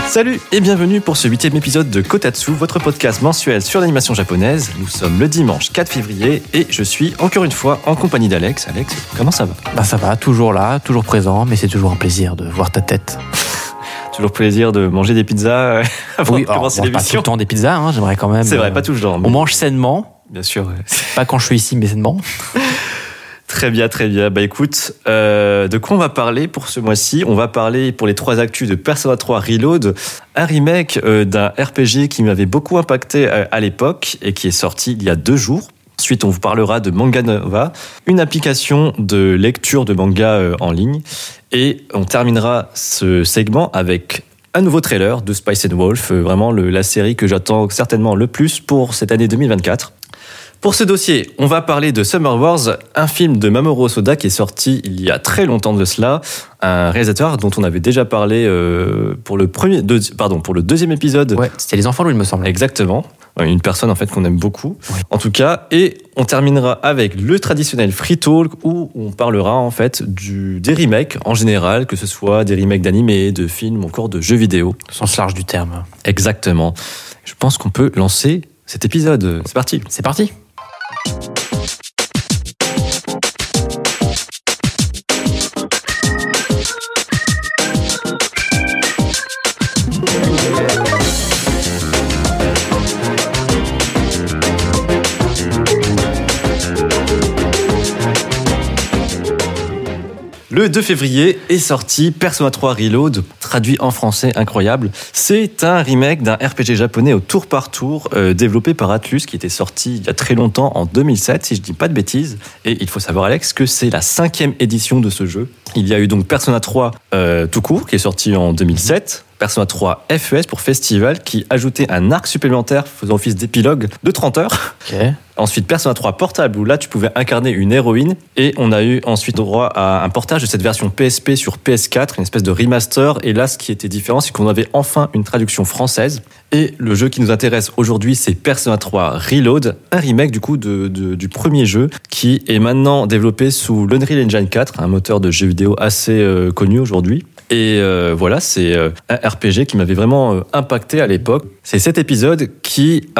Salut et bienvenue pour ce 8e épisode de Kotatsu, votre podcast mensuel sur l'animation japonaise. Nous sommes le dimanche 4 février et je suis encore une fois en compagnie d'Alex. Alex, comment ça va ? Ça va, toujours là, toujours présent, mais c'est toujours un plaisir de voir ta tête. Toujours plaisir de manger des pizzas avant de commencer l'émission. Pas tout le temps des pizzas, j'aimerais quand même. C'est vrai, pas tout le temps. On mange sainement. Bien sûr. Ouais. Pas quand je suis ici, mais sainement. Très bien, très bien. Écoute, de quoi on va parler pour ce mois-ci ? On va parler pour les 3 actus de Persona 3 Reload, un remake d'un RPG qui m'avait beaucoup impacté à l'époque et qui est sorti il y a 2 jours. Ensuite, on vous parlera de Manga Nova, une application de lecture de manga en ligne. Et on terminera ce segment avec un nouveau trailer de Spice & Wolf, vraiment la série que j'attends certainement le plus pour cette année 2024. Pour ce dossier, on va parler de Summer Wars, un film de Mamoru Hosoda qui est sorti il y a très longtemps de cela, un réalisateur dont on avait déjà parlé pour le deuxième épisode. Ouais, c'était Les Enfants Loups, il me semble. Exactement. Une personne en fait qu'on aime beaucoup, en tout cas, et on terminera avec le traditionnel Free Talk où on parlera en fait des remakes en général, que ce soit des remakes d'animés, de films, ou encore de jeux vidéo. Au sens large du terme. Exactement. Je pense qu'on peut lancer cet épisode. C'est parti. C'est parti. Le 2 février est sorti Persona 3 Reload, traduit en français, incroyable. C'est un remake d'un RPG japonais au tour par tour, développé par Atlus, qui était sorti il y a très longtemps, en 2007, si je dis pas de bêtises. Et il faut savoir, Alex, que c'est la 5e édition de ce jeu. Il y a eu donc Persona 3 tout court, qui est sorti en 2007. Persona 3 FES pour Festival, qui ajoutait un arc supplémentaire faisant office d'épilogue de 30 heures. Okay. Ensuite, Persona 3 Portable, où là, tu pouvais incarner une héroïne. Et on a eu ensuite droit à un portage de cette version PSP sur PS4, une espèce de remaster. Et là, ce qui était différent, c'est qu'on avait enfin une traduction française. Et le jeu qui nous intéresse aujourd'hui, c'est Persona 3 Reload, un remake du coup du premier jeu, qui est maintenant développé sous l'Unreal Engine 4, un moteur de jeux vidéo assez connu aujourd'hui. Et voilà, c'est un RPG qui m'avait vraiment impacté à l'époque. C'est cet épisode qui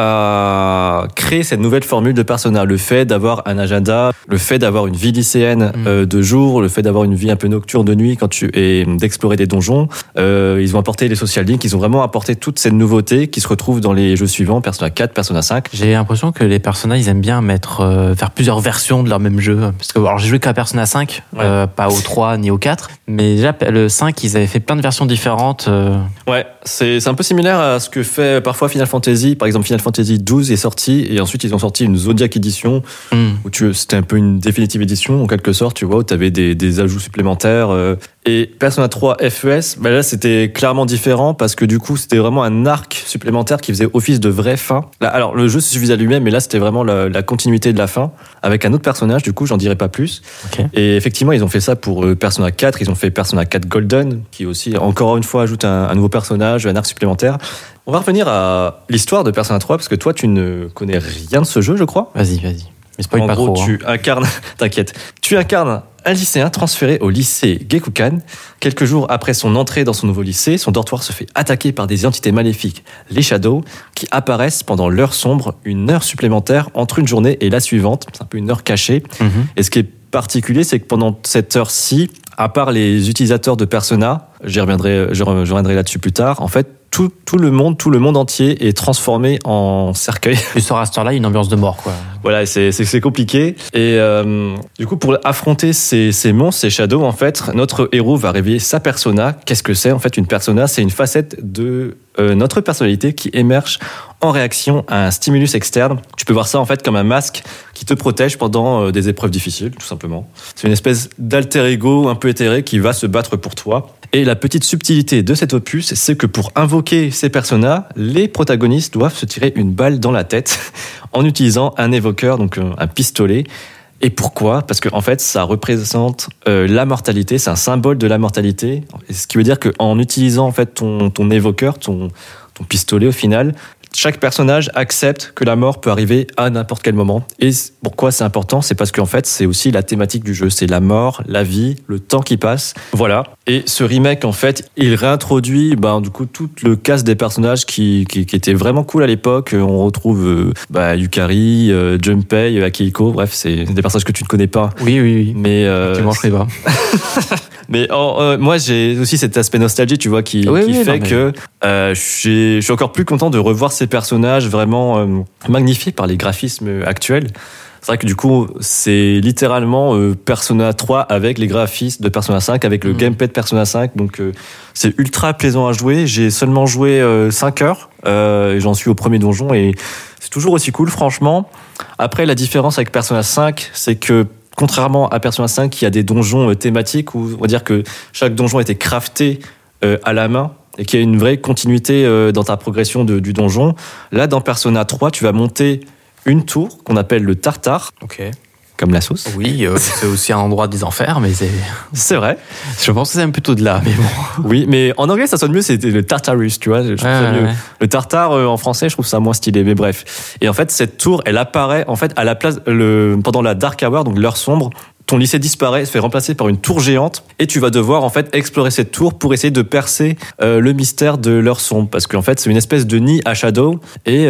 a créé cette nouvelle formule de Persona. Le fait d'avoir un agenda, le fait d'avoir une vie lycéenne de jour, le fait d'avoir une vie un peu nocturne de nuit et d'explorer des donjons. Ils ont apporté les social links, ils ont vraiment apporté toute cette nouveauté qui se retrouve dans les jeux suivants, Persona 4, Persona 5. J'ai l'impression que les Persona, ils aiment bien faire plusieurs versions de leur même jeu. Parce que j'ai joué qu'à Persona 5, pas au 3 ni au 4. Mais déjà, le 5, ils avaient fait plein de versions différentes. Ouais, c'est un peu similaire à ce que fait parfois Final Fantasy. Par exemple, Final Fantasy XII est sorti et ensuite ils ont sorti une Zodiac Edition où c'était un peu une définitive édition en quelque sorte, tu vois, où tu avais des ajouts supplémentaires. Et Persona 3 FES, là c'était clairement différent parce que du coup c'était vraiment un arc supplémentaire qui faisait office de vraie fin. Là, alors le jeu se suffisait à lui-même, mais là c'était vraiment la continuité de la fin avec un autre personnage, du coup j'en dirai pas plus. Okay. Et effectivement ils ont fait ça pour Persona 4, ils ont fait Persona 4 Golden qui aussi encore une fois ajoute un nouveau personnage, un arc supplémentaire. On va revenir à l'histoire de Persona 3 parce que toi tu ne connais rien de ce jeu je crois. Vas-y. Mais spoil pas trop. En gros, tu incarnes, t'inquiète, tu incarnes un lycéen transféré au lycée Gekukan. Quelques jours après son entrée dans son nouveau lycée, son dortoir se fait attaquer par des entités maléfiques, les Shadows, qui apparaissent pendant l'heure sombre, une heure supplémentaire entre une journée et la suivante. C'est un peu une heure cachée. Et ce qui est particulier, c'est que pendant cette heure-ci, à part les utilisateurs de Persona, je reviendrai là-dessus plus tard, en fait, tout le monde entier est transformé en cercueil. Tu sors à cette heure-là, une ambiance de mort, quoi. Voilà, c'est compliqué. Et du coup, pour affronter ces monstres, ces shadows, en fait, notre héros va réveiller sa persona. Qu'est-ce que c'est ? En fait, une persona, c'est une facette de notre personnalité qui émerge en réaction à un stimulus externe. Tu peux voir ça, en fait, comme un masque qui te protège pendant des épreuves difficiles, tout simplement. C'est une espèce d'alter ego un peu éthéré qui va se battre pour toi. Et la petite subtilité de cet opus, c'est que pour invoquer ces personas, les protagonistes doivent se tirer une balle dans la tête en utilisant un évoqueur, donc un pistolet. Et pourquoi ? Parce que en fait, ça représente la mortalité, c'est un symbole de la mortalité. Ce qui veut dire qu'en utilisant en fait ton évoqueur, ton pistolet au final, chaque personnage accepte que la mort peut arriver à n'importe quel moment. Et pourquoi c'est important? C'est parce qu'en fait, c'est aussi la thématique du jeu. C'est la mort, la vie, le temps qui passe. Voilà. Et ce remake, en fait, il réintroduit, du coup, tout le cast des personnages qui était vraiment cool à l'époque. On retrouve Yukari, Junpei, Akihiko. Bref, c'est des personnages que tu ne connais pas. Oui. Mais tu mangerais pas. Mais moi, j'ai aussi cet aspect nostalgie, tu vois, qui fait que je suis encore plus content de revoir ces personnages vraiment magnifiés par les graphismes actuels. C'est vrai que du coup, c'est littéralement Persona 3 avec les graphismes de Persona 5, avec le gameplay de Persona 5. Donc, c'est ultra plaisant à jouer. J'ai seulement joué 5 heures. Et j'en suis au premier donjon et c'est toujours aussi cool, franchement. Après, la différence avec Persona 5, c'est que contrairement à Persona 5, il y a des donjons thématiques où on va dire que chaque donjon a été crafté à la main et qu'il y a une vraie continuité dans ta progression du donjon. Là, dans Persona 3, tu vas monter une tour qu'on appelle le Tartare. Ok. Comme la sauce. Oui, c'est aussi un endroit des enfers, mais c'est vrai. Je pense que c'est même plutôt de là, mais bon. Oui, mais en anglais, ça sonne mieux, c'était le Tartarus, tu vois. Je trouve ça mieux. Le Tartare, en français, je trouve ça moins stylé, mais bref. Et en fait, cette tour, elle apparaît, en fait, à la place, pendant la Dark Hour, donc l'heure sombre, ton lycée disparaît, se fait remplacer par une tour géante et tu vas devoir en fait explorer cette tour pour essayer de percer le mystère de l'heure sombre parce qu'en fait c'est une espèce de nid à Shadow et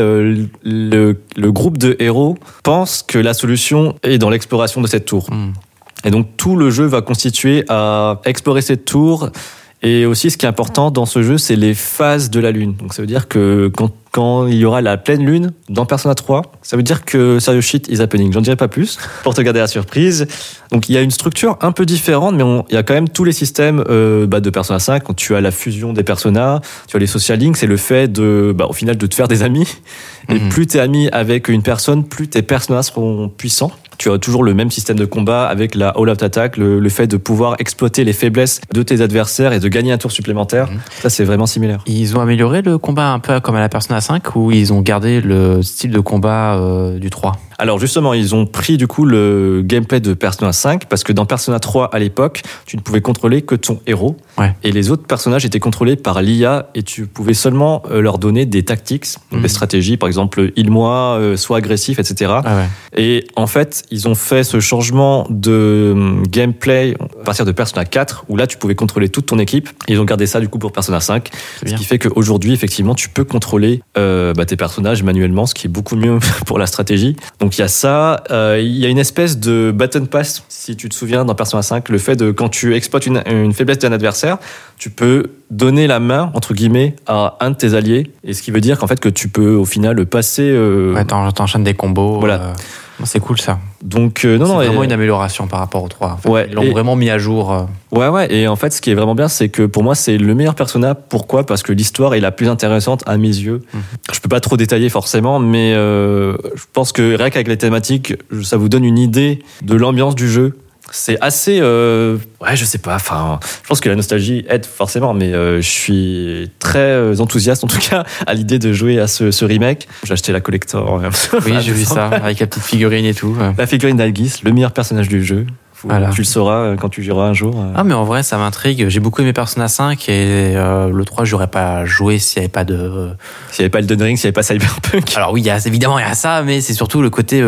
le groupe de héros pense que la solution est dans l'exploration de cette tour. Et donc tout le jeu va constituer à explorer cette tour. Et aussi, ce qui est important dans ce jeu, c'est les phases de la lune. Donc, ça veut dire que quand il y aura la pleine lune dans Persona 3, ça veut dire que serious shit is happening. J'en dirai pas plus pour te garder la surprise. Donc, il y a une structure un peu différente, mais il y a quand même tous les systèmes de Persona 5. Quand tu as la fusion des personas, tu as les social links, c'est le fait de, au final, de te faire des amis. Et plus t'es ami avec une personne, plus tes personnages seront puissants. Tu as toujours le même système de combat avec la all-out attack, le fait de pouvoir exploiter les faiblesses de tes adversaires et de gagner un tour supplémentaire. Ça, c'est vraiment similaire. Ils ont amélioré le combat un peu comme à la Persona 5 ou ils ont gardé le style de combat du 3? Alors justement, ils ont pris du coup le gameplay de Persona 5 parce que dans Persona 3 à l'époque, tu ne pouvais contrôler que ton héros et les autres personnages étaient contrôlés par l'IA et tu pouvais seulement leur donner des tactics, des stratégies, par exemple heal-moi, sois agressif, etc. Et en fait, ils ont fait ce changement de gameplay à partir de Persona 4 où là tu pouvais contrôler toute ton équipe. Ils ont gardé ça du coup pour Persona 5, ce qui fait qu'aujourd'hui effectivement tu peux contrôler tes personnages manuellement, ce qui est beaucoup mieux pour la stratégie. Donc il y a ça, il y a une espèce de button pass, si tu te souviens dans Persona 5, le fait de quand tu exploites une faiblesse d'un adversaire, tu peux donner la main entre guillemets à un de tes alliés, et ce qui veut dire qu'en fait que tu peux au final passer. T'enchaînes des combos. Voilà. C'est cool ça. Donc c'est vraiment une amélioration par rapport au 3. En fait. Ils l'ont vraiment mis à jour. Ouais. Et en fait, ce qui est vraiment bien, c'est que pour moi, c'est le meilleur Persona. Pourquoi ? Parce que l'histoire est la plus intéressante à mes yeux. Je peux pas trop détailler forcément, mais je pense que rien qu'avec les thématiques, ça vous donne une idée de l'ambiance du jeu. C'est assez... je sais pas. Enfin, je pense que la nostalgie aide forcément, mais je suis très enthousiaste, en tout cas, à l'idée de jouer à ce remake. J'ai acheté la collector. Oui, j'ai vu ça, avec la petite figurine et tout. La figurine d'Algis, le meilleur personnage du jeu. Voilà. Tu le sauras quand tu joueras un jour. Ah, mais en vrai, ça m'intrigue. J'ai beaucoup aimé Persona 5 et le 3, j'aurais pas joué s'il n'y avait pas de... S'il n'y avait pas Elden Ring, s'il n'y avait pas Cyberpunk. Alors oui, évidemment, il y a ça, mais c'est surtout le côté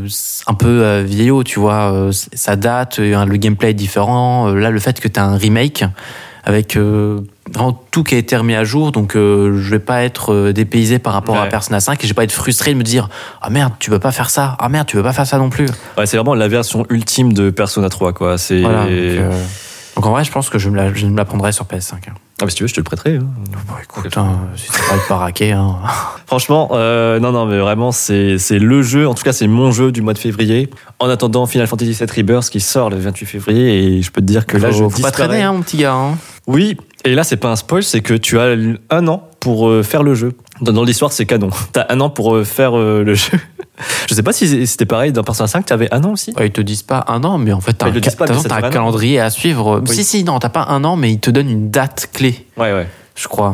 un peu vieillot, tu vois. Ça date, le gameplay est différent. Là, le fait que tu as un remake avec vraiment tout qui a été remis à jour, donc je vais pas être dépaysé par rapport à Persona 5 et je vais pas être frustré de me dire ah merde tu peux pas faire ça, ah merde tu peux pas faire ça non plus. Ouais, c'est vraiment la version ultime de Persona 3 quoi. C'est voilà, donc en vrai je pense que je me la prendrai sur PS5. Ah mais si tu veux je te le prêterai. Bon, écoute, si c'est pas de raquer. Franchement, non mais vraiment c'est le jeu, en tout cas c'est mon jeu du mois de février. En attendant Final Fantasy VII Rebirth qui sort le 28 février et je peux te dire que là je faut pas traîner mon petit gars. Oui, et là c'est pas un spoil, c'est que tu as 1 an pour faire le jeu. Dans l'histoire c'est canon. T'as 1 an pour faire le jeu. Je sais pas si c'était pareil dans Persona 5, t'avais 1 an aussi. Ils te disent pas 1 an, mais en fait t'as un calendrier à suivre. Oui. Si, non, t'as pas 1 an, mais ils te donnent une date clé. Ouais. Je crois.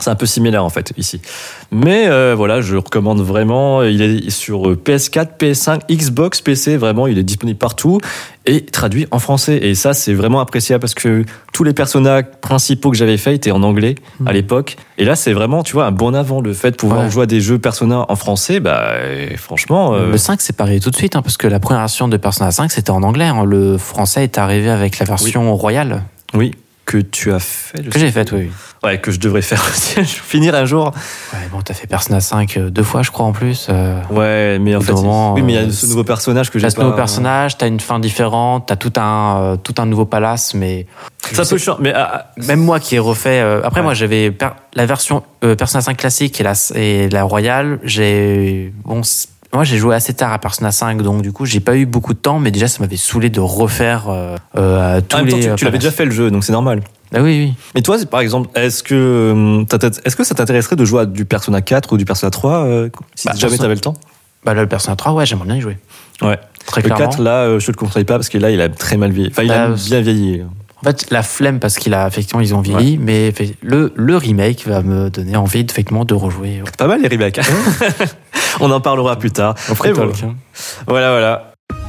C'est un peu similaire en fait ici. Mais voilà, je recommande vraiment. Il est sur PS4, PS5, Xbox, PC. Vraiment, il est disponible partout et traduit en français. Et ça, c'est vraiment appréciable parce que tous les personnages principaux que j'avais faits étaient en anglais à l'époque. Et là, c'est vraiment, tu vois, un bon avant. Le fait de pouvoir jouer à des jeux Persona en français, bah franchement. Le 5, c'est pareil tout de suite, hein, parce que la première version de Persona 5, c'était en anglais. Hein. Le français est arrivé avec la version royale. Oui. Que tu as fait. Que j'ai fait, oui. Ouais, que je devrais faire aussi. Finir un jour. Ouais, bon, t'as fait Persona 5 2 fois, je crois, en plus. Ouais, mais en fait, oui, mais il y a ce nouveau personnage que j'ai pas. T'as ce nouveau personnage, t'as une fin différente, t'as tout un nouveau palace, mais. Ça peut changer, mais. Même moi qui ai refait. Après, moi, j'avais la version Persona 5 classique et la royale, moi, j'ai joué assez tard à Persona 5, donc du coup, j'ai pas eu beaucoup de temps, mais déjà, ça m'avait saoulé de refaire tous en même les. temps, tu l'avais déjà fait le jeu, donc c'est normal. Ah oui. Mais toi, par exemple, est-ce que ça t'intéresserait de jouer à du Persona 4 ou du Persona 3 si jamais t'avais le temps? Bah là, le Persona 3, ouais, j'aimerais bien y jouer. Ouais. Très le clairement. 4, là, je te le conseille pas parce que là, il a très mal vieilli. Enfin, il a bien vieilli. En fait, la flemme parce effectivement, ils ont vieilli, mais le remake va me donner envie, effectivement, de rejouer. Pas mal les remakes. On en parlera plus tard. Voilà.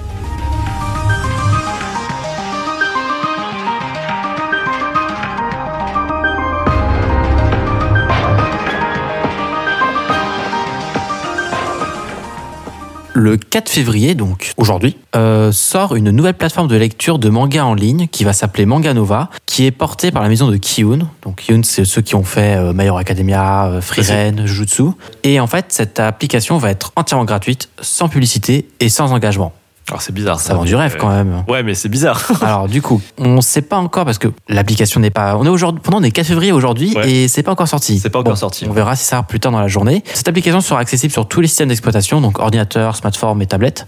Le 4 février, donc aujourd'hui, sort une nouvelle plateforme de lecture de manga en ligne qui va s'appeler Manga Nova, qui est portée par la maison de Kiun. Donc Kiun, c'est ceux qui ont fait My Hero Academia, Frieren, Jujutsu. Et en fait, cette application va être entièrement gratuite, sans publicité et sans engagement. Alors c'est bizarre. Ça vend du rêve quand même. Ouais, mais c'est bizarre. Alors du coup, on ne sait pas encore parce que l'application n'est pas. On est 4 février aujourd'hui et c'est pas encore sorti. C'est pas encore sorti. On verra si ça sera plus tard dans la journée. Cette application sera accessible sur tous les systèmes d'exploitation, donc ordinateur, smartphone et tablette.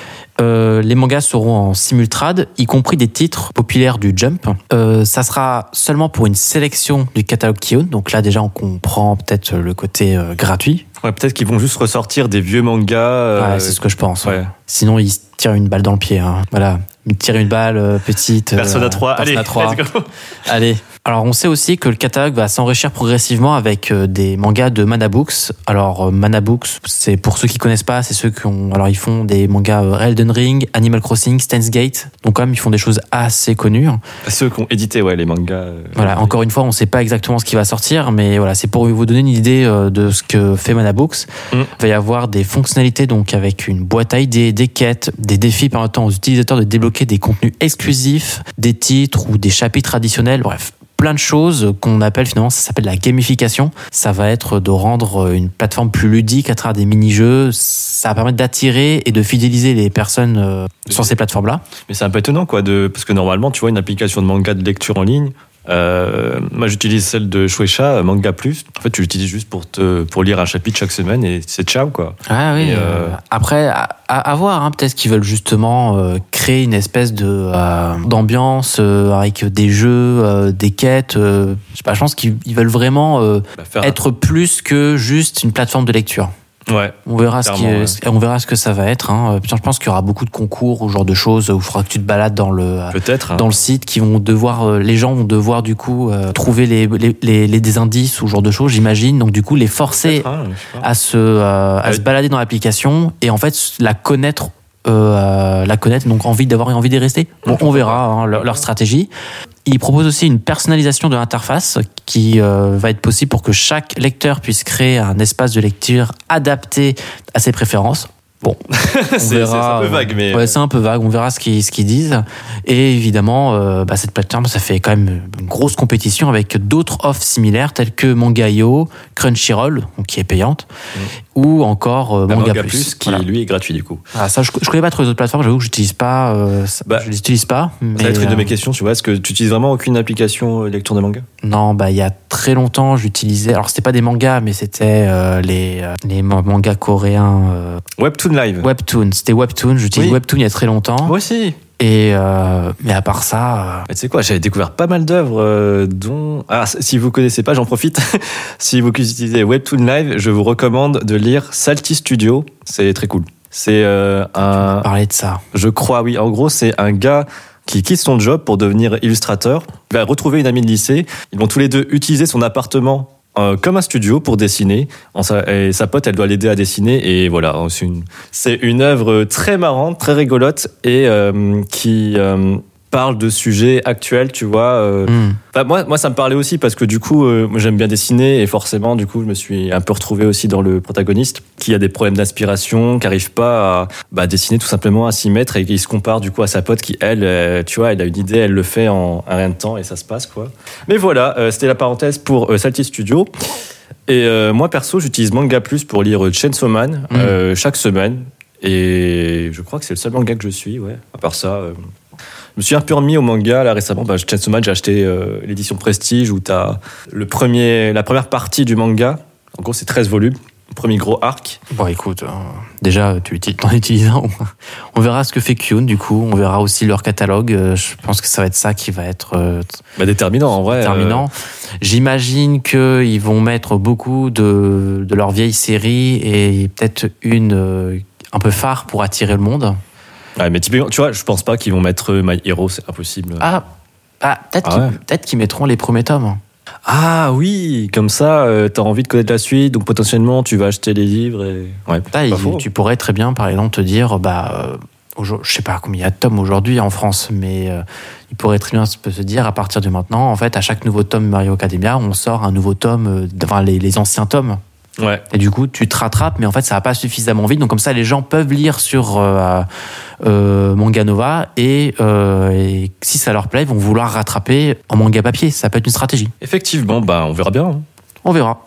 Les mangas seront en simultrade, y compris des titres populaires du Jump. Ça sera seulement pour une sélection du catalogue Kiun. Donc là déjà on comprend peut-être le côté gratuit. Ouais, peut-être qu'ils vont juste ressortir des vieux mangas. Ouais, c'est ce que je pense. Ouais. Sinon ils se tirent une balle dans le pied. Hein. Voilà, ils tirent une balle petite. Persona 3. Allez, let's go. Allez. Alors, on sait aussi que le catalogue va s'enrichir progressivement avec des mangas de Mana Books. Alors, Mana Books, c'est pour ceux qui connaissent pas, c'est ceux qui ont, alors ils font des mangas Elden Ring, Animal Crossing, Steins Gate. Donc, quand même, ils font des choses assez connues. Ceux qui ont édité, les mangas. Voilà. Encore une fois, on sait pas exactement ce qui va sortir, mais voilà, c'est pour vous donner une idée de ce que fait Mana Books. Il va y avoir des fonctionnalités, donc, avec une boîte à idées, des quêtes, des défis permettant aux utilisateurs de débloquer des contenus exclusifs, des titres ou des chapitres additionnels. Bref. Plein de choses qu'on appelle finalement, ça s'appelle la gamification. Ça va être de rendre une plateforme plus ludique à travers des mini-jeux. Ça va permettre d'attirer et de fidéliser les personnes sur ces plateformes-là. Mais c'est un peu étonnant, parce que normalement, tu vois, une application de manga de lecture en ligne, moi j'utilise celle de Shueisha, Manga Plus. En fait, tu l'utilises juste pour lire un chapitre chaque semaine et c'est ciao, quoi. Ah oui. Après, à voir, hein, peut-être qu'ils veulent justement créer une espèce d'ambiance avec des jeux, des quêtes. Je sais pas, je pense qu'ils veulent vraiment être plus que juste une plateforme de lecture. Ouais. On verra ce que ça va être. Hein. Je pense qu'il y aura beaucoup de concours ou genre de choses où il faudra que tu te balades dans le site, qui vont devoir, les gens vont devoir du coup trouver des indices ou genre de choses, j'imagine. Donc du coup les forcer à se balader dans l'application et en fait la connaître, donc avoir envie d'y rester. Bon, on verra leur stratégie. Ils proposent aussi une personnalisation de l'interface qui va être possible pour que chaque lecteur puisse créer un espace de lecture adapté à ses préférences. Bon, c'est un peu vague, mais ouais, c'est un peu vague. On verra ce qu'ils disent. Et évidemment, cette plateforme, ça fait quand même une grosse compétition avec d'autres offres similaires telles que Manga.io, Crunchyroll, donc qui est payante, ou encore Manga Plus, qui lui est gratuit du coup. Ah, ça, je connais pas trop les autres plateformes. J'avoue que j'utilise pas. Je les utilise pas. Ça va être une de mes questions. Tu vois, est-ce que tu utilises vraiment aucune application lecture de manga? Non, il y a très longtemps, j'utilisais. Alors, c'était pas des mangas, mais c'était les mangas coréens. Webtoon Live. Webtoon, c'était Webtoon. J'utilise Webtoon il y a très longtemps. Moi aussi. Et mais à part ça, tu sais quoi, j'avais découvert pas mal d'œuvres dont. Ah, si vous connaissez pas, j'en profite. Si vous utilisez Webtoon Live, je vous recommande de lire Salty Studio. C'est très cool. C'est parler de ça. Je crois, oui. En gros, c'est un gars qui quitte son job pour devenir illustrateur. Il va retrouver une amie de lycée. Ils vont tous les deux utiliser son appartement comme un studio pour dessiner. Et sa pote, elle doit l'aider à dessiner. Et voilà, c'est une œuvre très marrante, très rigolote et qui parle de sujets actuels, tu vois. Moi, ça me parlait aussi parce que du coup, moi, j'aime bien dessiner et forcément, du coup, je me suis un peu retrouvé aussi dans le protagoniste qui a des problèmes d'inspiration, qui n'arrive pas à dessiner tout simplement, à s'y mettre et qui se compare du coup à sa pote qui, elle, tu vois, elle a une idée, elle le fait en un rien de temps et ça se passe, quoi. Mais voilà, c'était la parenthèse pour Salty Studio. Et moi, perso, j'utilise Manga Plus pour lire Chainsaw Man chaque semaine. Et je crois que c'est le seul manga que je suis, ouais. À part ça... Je me suis un peu remis au manga là récemment. Chainsaw Man, j'ai acheté l'édition Prestige où t'as la première partie du manga. En gros, c'est 13 volumes. Le premier gros arc. Bon, écoute, déjà, t'en utilises un. On verra ce que fait Kyun, du coup. On verra aussi leur catalogue. Je pense que ça va être ça qui va être déterminant, en vrai. Déterminant. J'imagine qu'ils vont mettre beaucoup de leurs vieilles séries et peut-être une un peu phare pour attirer le monde. Ouais, mais typiquement, tu vois, je pense pas qu'ils vont mettre My Hero, c'est impossible. Peut-être qu'ils mettront les premiers tomes. Ah oui, comme ça, t'as envie de connaître la suite, donc potentiellement tu vas acheter les livres. Et... Ouais, tu pourrais très bien, par exemple, te dire, je sais pas combien il y a de tomes aujourd'hui en France, mais il pourrait très bien se dire, à partir de maintenant, en fait, à chaque nouveau tome Mario Academia, on sort un nouveau tome, les anciens tomes. Ouais. Et du coup, tu te rattrapes, mais en fait, ça va pas suffisamment vite. Donc comme ça, les gens peuvent lire sur Manga Nova et si ça leur plaît, ils vont vouloir rattraper en manga papier. Ça peut être une stratégie. Effectivement, on verra bien. Hein. On verra.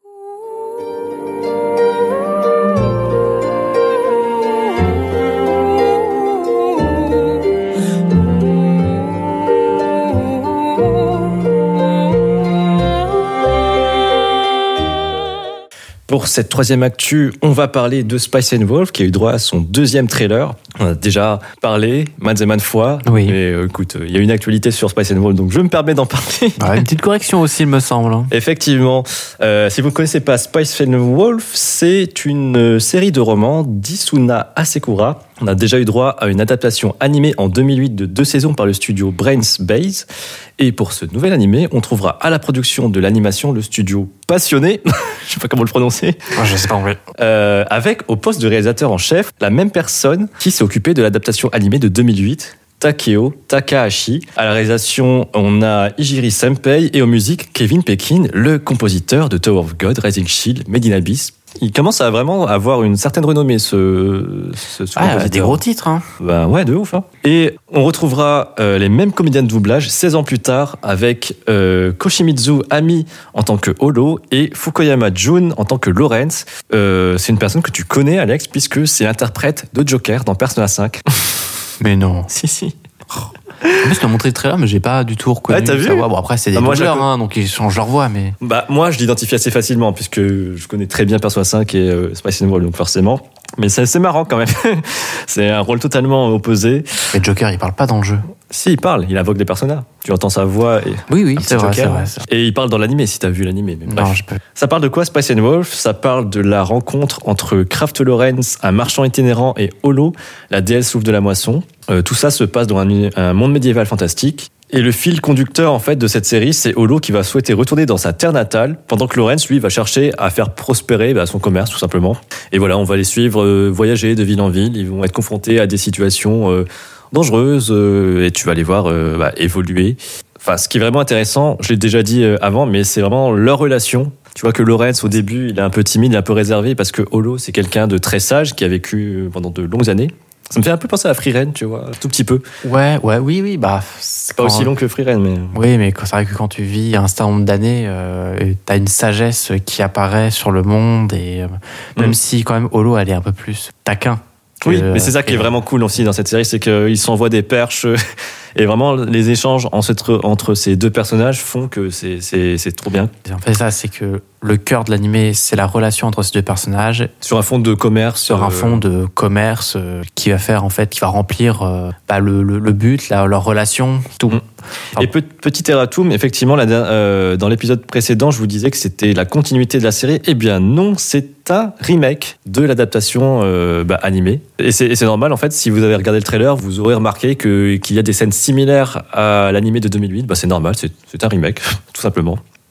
Pour cette troisième actu, on va parler de Spice & Wolf qui a eu droit à son deuxième trailer. On a déjà parlé maintes et maintes fois. Oui. Mais écoute, il y a une actualité sur Spice & Wolf, donc je me permets d'en parler. Une petite correction aussi, il me semble. Effectivement. Si vous ne connaissez pas Spice & Wolf, c'est une série de romans d'Isuna Asekura. On a déjà eu droit à une adaptation animée en 2008 de 2 saisons par le studio Brains Base. Et pour ce nouvel animé, on trouvera à la production de l'animation le studio Passionné, je sais pas comment le prononcer, je sais pas en vrai, avec au poste de réalisateur en chef la même personne qui s'est occupée de l'adaptation animée de 2008, Takeo Takahashi. À la réalisation, on a Ijiri Senpei et aux musiques, Kevin Pekin, le compositeur de Tower of God, Rising Shield, Made in Abyss. Il commence à vraiment avoir une certaine renommée, ce compositeur. Des gros titres, hein. Ouais, de ouf, hein. Et on retrouvera les mêmes comédiens de doublage 16 ans plus tard avec Koshimizu Ami en tant que Holo et Fukuyama Jun en tant que Lawrence. C'est une personne que tu connais, Alex, puisque c'est l'interprète de Joker dans Persona 5. Mais non. Si. En plus, tu m'as montré le trailer, mais j'ai pas du tout reconnu t'as vu sa voix. Bon, après, c'est des doubleurs, donc ils changent leur voix, mais... Moi, je l'identifie assez facilement, puisque je connais très bien Persona 5 et Spice & Wolf, donc forcément. Mais c'est marrant quand même. C'est un rôle totalement opposé. Mais Joker, il parle pas dans le jeu. Si, il parle, il invoque des personnages. Tu entends sa voix. Et oui, c'est vrai. Et il parle dans l'animé, si t'as vu l'animé. Mais bref. Non, je peux. Ça parle de quoi, Spice & Wolf? Ça parle de la rencontre entre Kraft Lawrence, un marchand itinérant, et Holo, la déesse souffle de la moisson. Tout ça se passe dans un monde médiéval fantastique. Et le fil conducteur en fait de cette série, c'est Holo qui va souhaiter retourner dans sa terre natale, pendant que Lawrence, lui, va chercher à faire prospérer son commerce, tout simplement. Et voilà, on va les suivre voyager de ville en ville. Ils vont être confrontés à des situations dangereuses et tu vas les voir évoluer. Enfin, ce qui est vraiment intéressant, je l'ai déjà dit avant, mais c'est vraiment leur relation. Tu vois que Lawrence, au début, il est un peu timide, un peu réservé, parce que Holo, c'est quelqu'un de très sage qui a vécu pendant de longues années. Ça me fait un peu penser à Frieren, tu vois, un tout petit peu. Oui. C'est pas aussi long que Frieren, mais... Oui, mais c'est vrai que quand tu vis un certain nombre d'années, t'as une sagesse qui apparaît sur le monde, et même si quand même Holo, elle est un peu plus taquin. Oui, mais c'est ça qui est vraiment cool aussi dans cette série, c'est qu'ils s'envoient des perches et vraiment les échanges entre ces deux personnages font que c'est trop bien. Et en fait, ça, c'est que le cœur de l'animé, c'est la relation entre ces deux personnages. Sur un fond de commerce. Sur un fond de commerce qui va faire, en fait, qui va remplir le but, leur relation, tout. Et petit erratum, effectivement, dans l'épisode précédent, je vous disais que c'était la continuité de la série. Eh bien non, c'est un remake de l'adaptation animée. Et c'est normal, en fait, si vous avez regardé le trailer, vous aurez remarqué qu'il y a des scènes similaires à l'animé de 2008. C'est normal, c'est un remake, tout simplement.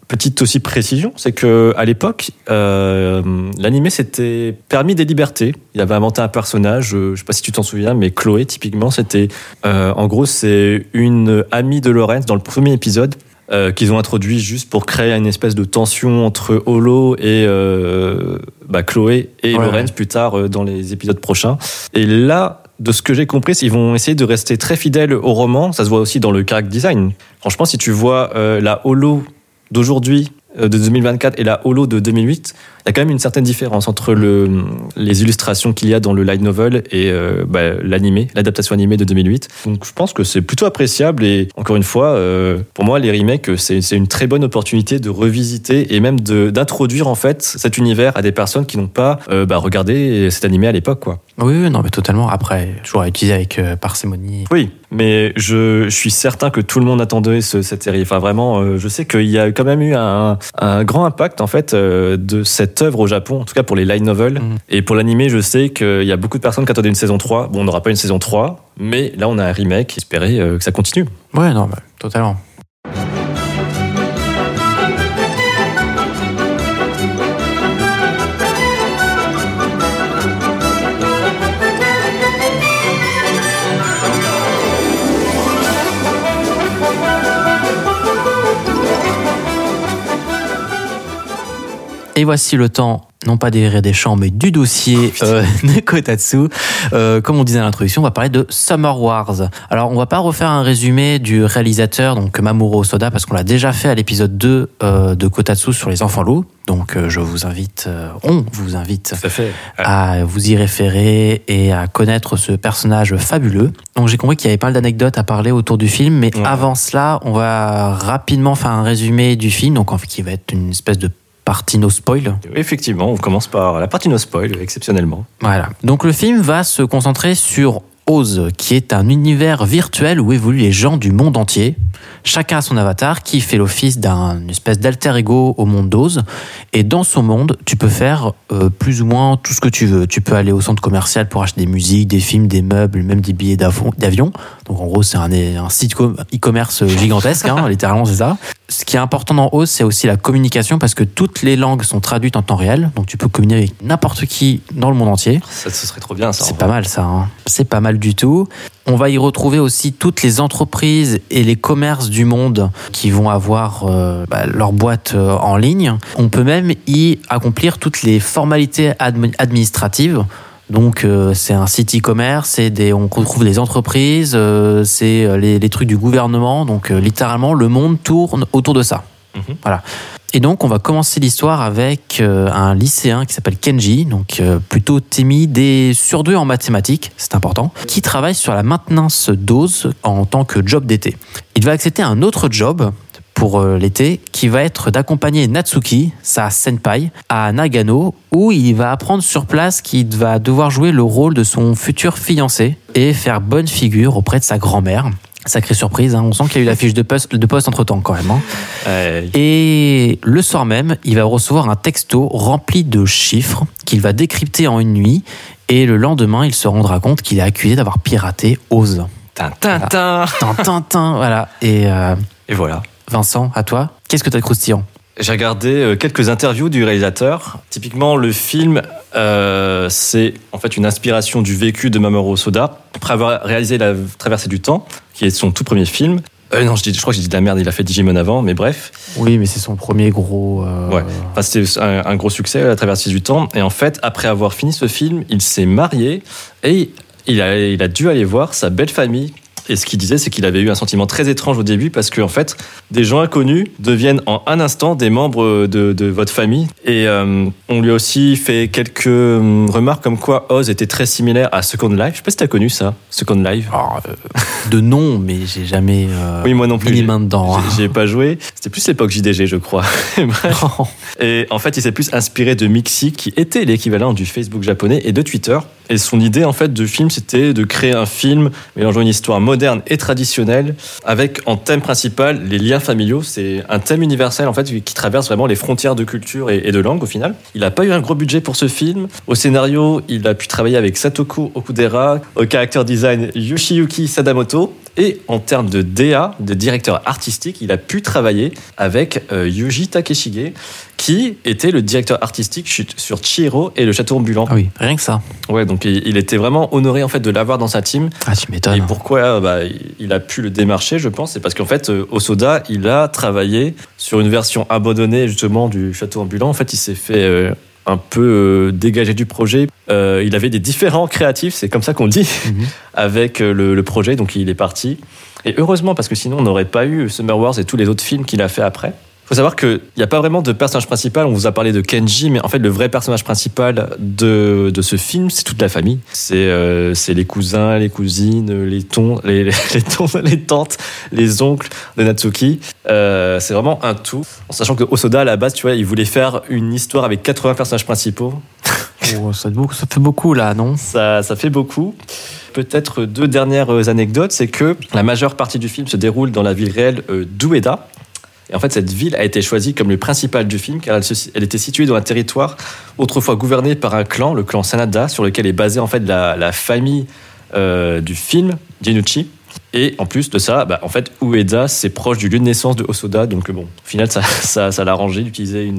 Petite aussi précision, c'est que à l'époque, l'animé s'était permis des libertés. Il avait inventé un personnage, je sais pas si tu t'en souviens, mais Chloé, typiquement, c'était, en gros, c'est une amie de Lawrence dans le premier épisode. Qu'ils ont introduit juste pour créer une espèce de tension entre Holo et Chloé et Lawrence plus tard dans les épisodes prochains. Et là, de ce que j'ai compris, ils vont essayer de rester très fidèles au roman. Ça se voit aussi dans le character design. Franchement, si tu vois la Holo d'aujourd'hui, de 2024 et la Holo de 2008, il y a quand même une certaine différence entre les illustrations qu'il y a dans le light novel et l'animé, l'adaptation animée de 2008. Donc je pense que c'est plutôt appréciable et encore une fois, pour moi les remakes c'est une très bonne opportunité de revisiter et même d'introduire en fait cet univers à des personnes qui n'ont pas regardé cet animé à l'époque, quoi. Oui, non, mais totalement. Après, toujours à utiliser avec parcimonie. Oui, mais je suis certain que tout le monde attendait cette série. Enfin, vraiment, je sais qu'il y a quand même eu un grand impact en fait de cette œuvre au Japon, en tout cas pour les light novels. Et pour l'animé, je sais qu'il y a beaucoup de personnes qui attendaient une saison 3. Bon, on n'aura pas une saison 3, mais là, on a un remake. J'espérais que ça continue. Ouais, non, totalement. Et voici le temps, non pas des rires des champs, mais du dossier de Kotatsu. Comme on disait à l'introduction, on va parler de Summer Wars. Alors, on va pas refaire un résumé du réalisateur, donc Mamoru Hosoda, parce qu'on l'a déjà fait à l'épisode 2 de Kotatsu sur les enfants loups. Donc, on vous invite à vous y référer et à connaître ce personnage fabuleux. Donc, j'ai compris qu'il y avait pas mal d'anecdotes à parler autour du film, mais avant cela, on va rapidement faire un résumé du film, donc en fait, qui va être une espèce de partie no spoil. Effectivement, on commence par la partie no spoil, exceptionnellement. Voilà. Donc le film va se concentrer sur Oz, qui est un univers virtuel où évoluent les gens du monde entier. Chacun a son avatar qui fait l'office d'une espèce d'alter ego au monde d'Oz. Et dans son monde, tu peux faire plus ou moins tout ce que tu veux. Tu peux aller au centre commercial pour acheter des musiques, des films, des meubles, même des billets d'avion. Donc en gros, c'est un site e-commerce gigantesque, littéralement c'est ça. Ce qui est important dans Oz, c'est aussi la communication parce que toutes les langues sont traduites en temps réel. Donc tu peux communiquer avec n'importe qui dans le monde entier. Ça, ce serait trop bien ça. C'est pas mal ça. C'est pas mal du tout. On va y retrouver aussi toutes les entreprises et les commerces du monde qui vont avoir leur boîte en ligne. On peut même y accomplir toutes les formalités administratives. Donc c'est un site e-commerce, on retrouve des entreprises, c'est les trucs du gouvernement. Donc littéralement, le monde tourne autour de ça. Voilà. Et donc, on va commencer l'histoire avec un lycéen qui s'appelle Kenji, donc plutôt timide et surdoué en mathématiques, c'est important, qui travaille sur la maintenance d'Oz en tant que job d'été. Il va accepter un autre job pour l'été, qui va être d'accompagner Natsuki, sa senpai, à Nagano, où il va apprendre sur place qu'il va devoir jouer le rôle de son futur fiancé et faire bonne figure auprès de sa grand-mère. Sacrée surprise, on sent qu'il y a eu la fiche de poste entre-temps quand même. Et le soir même, il va recevoir un texto rempli de chiffres qu'il va décrypter en une nuit. Et le lendemain, il se rendra compte qu'il est accusé d'avoir piraté Oz. Tintin. Voilà. Et voilà. Vincent, à toi, qu'est-ce que t'as de croustillant ? J'ai regardé quelques interviews du réalisateur. Typiquement, le film, c'est en fait une inspiration du vécu de Mamoru Hosoda. Après avoir réalisé La Traversée du Temps, qui est son tout premier film. Non, je crois que j'ai dit de la merde, il a fait Digimon avant, mais bref. Oui, mais c'est son premier gros... Ouais, enfin, c'était un gros succès, La Traversée du Temps. Et en fait, après avoir fini ce film, il s'est marié et il a dû aller voir sa belle famille. Et ce qu'il disait, c'est qu'il avait eu un sentiment très étrange au début parce que, en fait, des gens inconnus deviennent en un instant des membres de votre famille. Et on lui a aussi fait quelques remarques comme quoi Oz était très similaire à Second Life. Je sais pas si t'as connu ça, Second Life. Alors, de nom, mais j'ai jamais oui, moi non plus, mis les mains dedans. J'y ai pas joué. C'était plus l'époque JDG, je crois. Bref. Et en fait, il s'est plus inspiré de Mixi, qui était l'équivalent du Facebook japonais, et de Twitter. Et son idée, en fait, de film, c'était de créer un film mélangeant une histoire moderne et traditionnelle, avec en thème principal les liens familiaux. C'est un thème universel, en fait, qui traverse vraiment les frontières de culture et de langue, au final. Il n'a pas eu un gros budget pour ce film. Au scénario, il a pu travailler avec Satoku Okudera, au character design Yoshiyuki Sadamoto, Et en termes de DA, de directeur artistique, il a pu travailler avec Yuji Takeshige, qui était le directeur artistique sur Chihiro et le château ambulant. Ah oui, rien que ça. Ouais, donc il était vraiment honoré en fait de l'avoir dans sa team. Ah, tu m'étonnes. Et pourquoi il a pu le démarcher, je pense, c'est parce qu'en fait Hosoda, il a travaillé sur une version abandonnée justement du château ambulant. En fait, il s'est fait un peu dégagé du projet. Il avait des différents créatifs, c'est comme ça qu'on dit, avec le projet, donc il est parti. Et heureusement, parce que sinon on n'aurait pas eu Summer Wars et tous les autres films qu'il a fait après. Il faut savoir qu'il n'y a pas vraiment de personnage principal. On vous a parlé de Kenji, mais en fait, le vrai personnage principal de ce film, c'est toute la famille. C'est les cousins, les cousines, les tantes, les oncles de Natsuki. C'est vraiment un tout. En sachant que Hosoda, à la base, tu vois, il voulait faire une histoire avec 80 personnages principaux. Oh, ça fait beaucoup, là, non ? Ça fait beaucoup. Peut-être 2 dernières anecdotes, c'est que la majeure partie du film se déroule dans la ville réelle d'Ueda. Et en fait, cette ville a été choisie comme le principal du film, car elle était située dans un territoire autrefois gouverné par un clan, le clan Sanada, sur lequel est basée en fait la famille du film, Genuchi. Et en plus de ça, en fait, Ueda, c'est proche du lieu de naissance de Hosoda, donc bon, au final, ça l'a arrangé d'utiliser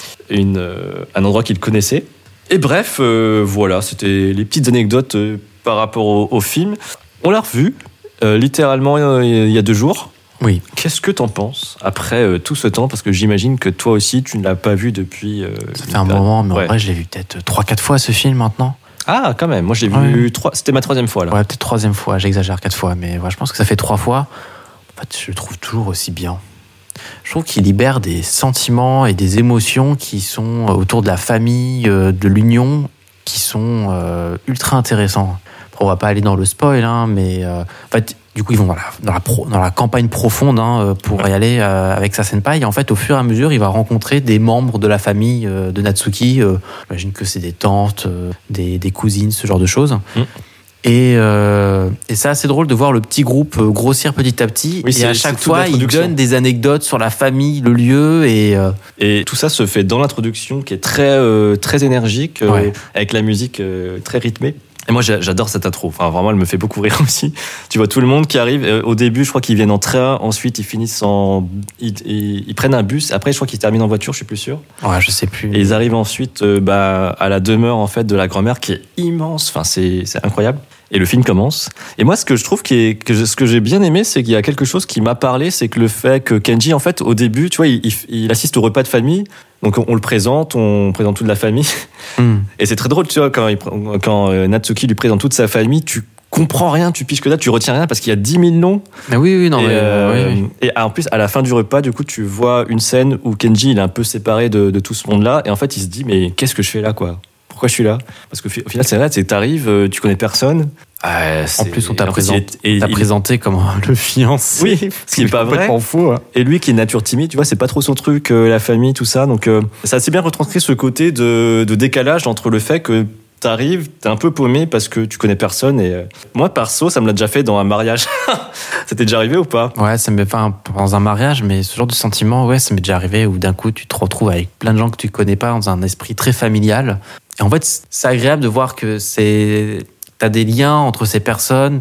un endroit qu'il connaissait. Et bref, voilà, c'était les petites anecdotes par rapport au film. On l'a revu, littéralement, il y a 2 jours. Oui. Qu'est-ce que t'en penses après tout ce temps ? Parce que j'imagine que toi aussi, tu ne l'as pas vu depuis... ça fait un moment, mais en vrai, je l'ai vu peut-être 3-4 fois ce film maintenant. Ah, quand même. Moi, je l'ai vu 3... C'était ma 3e fois, là. Ouais, peut-être 3e fois. J'exagère 4 fois, mais ouais, je pense que ça fait 3 fois. En fait, je le trouve toujours aussi bien. Je trouve qu'il libère des sentiments et des émotions qui sont autour de la famille, de l'union, qui sont ultra intéressants. Après, on va pas aller dans le spoil, hein, mais en fait... Du coup, ils vont dans la campagne profonde pour y aller avec sa senpai. Et en fait, au fur et à mesure, il va rencontrer des membres de la famille de Natsuki. J'imagine que c'est des tantes, des cousines, ce genre de choses. Et c'est assez drôle de voir le petit groupe grossir petit à petit. Oui, et à chaque fois, il donne des anecdotes sur la famille, le lieu. Et tout ça se fait dans l'introduction qui est très énergique, avec la musique très rythmée. Et moi, j'adore cette intro. Enfin, vraiment, elle me fait beaucoup rire aussi. Tu vois tout le monde qui arrive. Au début, je crois qu'ils viennent en train. Ensuite, ils finissent ils prennent un bus. Après, je crois qu'ils terminent en voiture. Je suis plus sûr. Ouais, je sais plus. Et ils arrivent ensuite, à la demeure en fait de la grand-mère qui est immense. Enfin, c'est incroyable. Et le film commence. Et moi, ce que je trouve ce que j'ai bien aimé, c'est qu'il y a quelque chose qui m'a parlé, c'est que le fait que Kenji, en fait, au début, tu vois, il assiste au repas de famille. Donc on présente toute la famille. Et c'est très drôle, tu vois, quand Natsuki lui présente toute sa famille, tu comprends rien, tu piges que là, tu retiens rien parce qu'il y a 10 000 noms. Mais oui, non, oui. Et en plus, à la fin du repas, du coup, tu vois une scène où Kenji, il est un peu séparé de tout ce monde-là. Et en fait, il se dit, mais qu'est-ce que je fais là, quoi ? Pourquoi je suis là ? Parce qu'au final, c'est vrai, c'est que t'arrives, tu connais personne. En plus, on t'a présenté comme le fiancé. Oui, ce qui est pas vrai. Fou, hein. Et lui, qui est nature timide, tu vois, c'est pas trop son truc, la famille, tout ça. Donc, ça a assez bien retranscrit ce côté de décalage entre le fait que t'arrives, t'es un peu paumé parce que tu connais personne. Et moi, perso, ça me l'a déjà fait dans un mariage. Ça t'est déjà arrivé ou pas ? Ouais, ça m'est pas dans un mariage, mais ce genre de sentiment, ouais, ça m'est déjà arrivé où d'un coup, tu te retrouves avec plein de gens que tu connais pas dans un esprit très familial. Et en fait, c'est agréable de voir que t'as des liens entre ces personnes,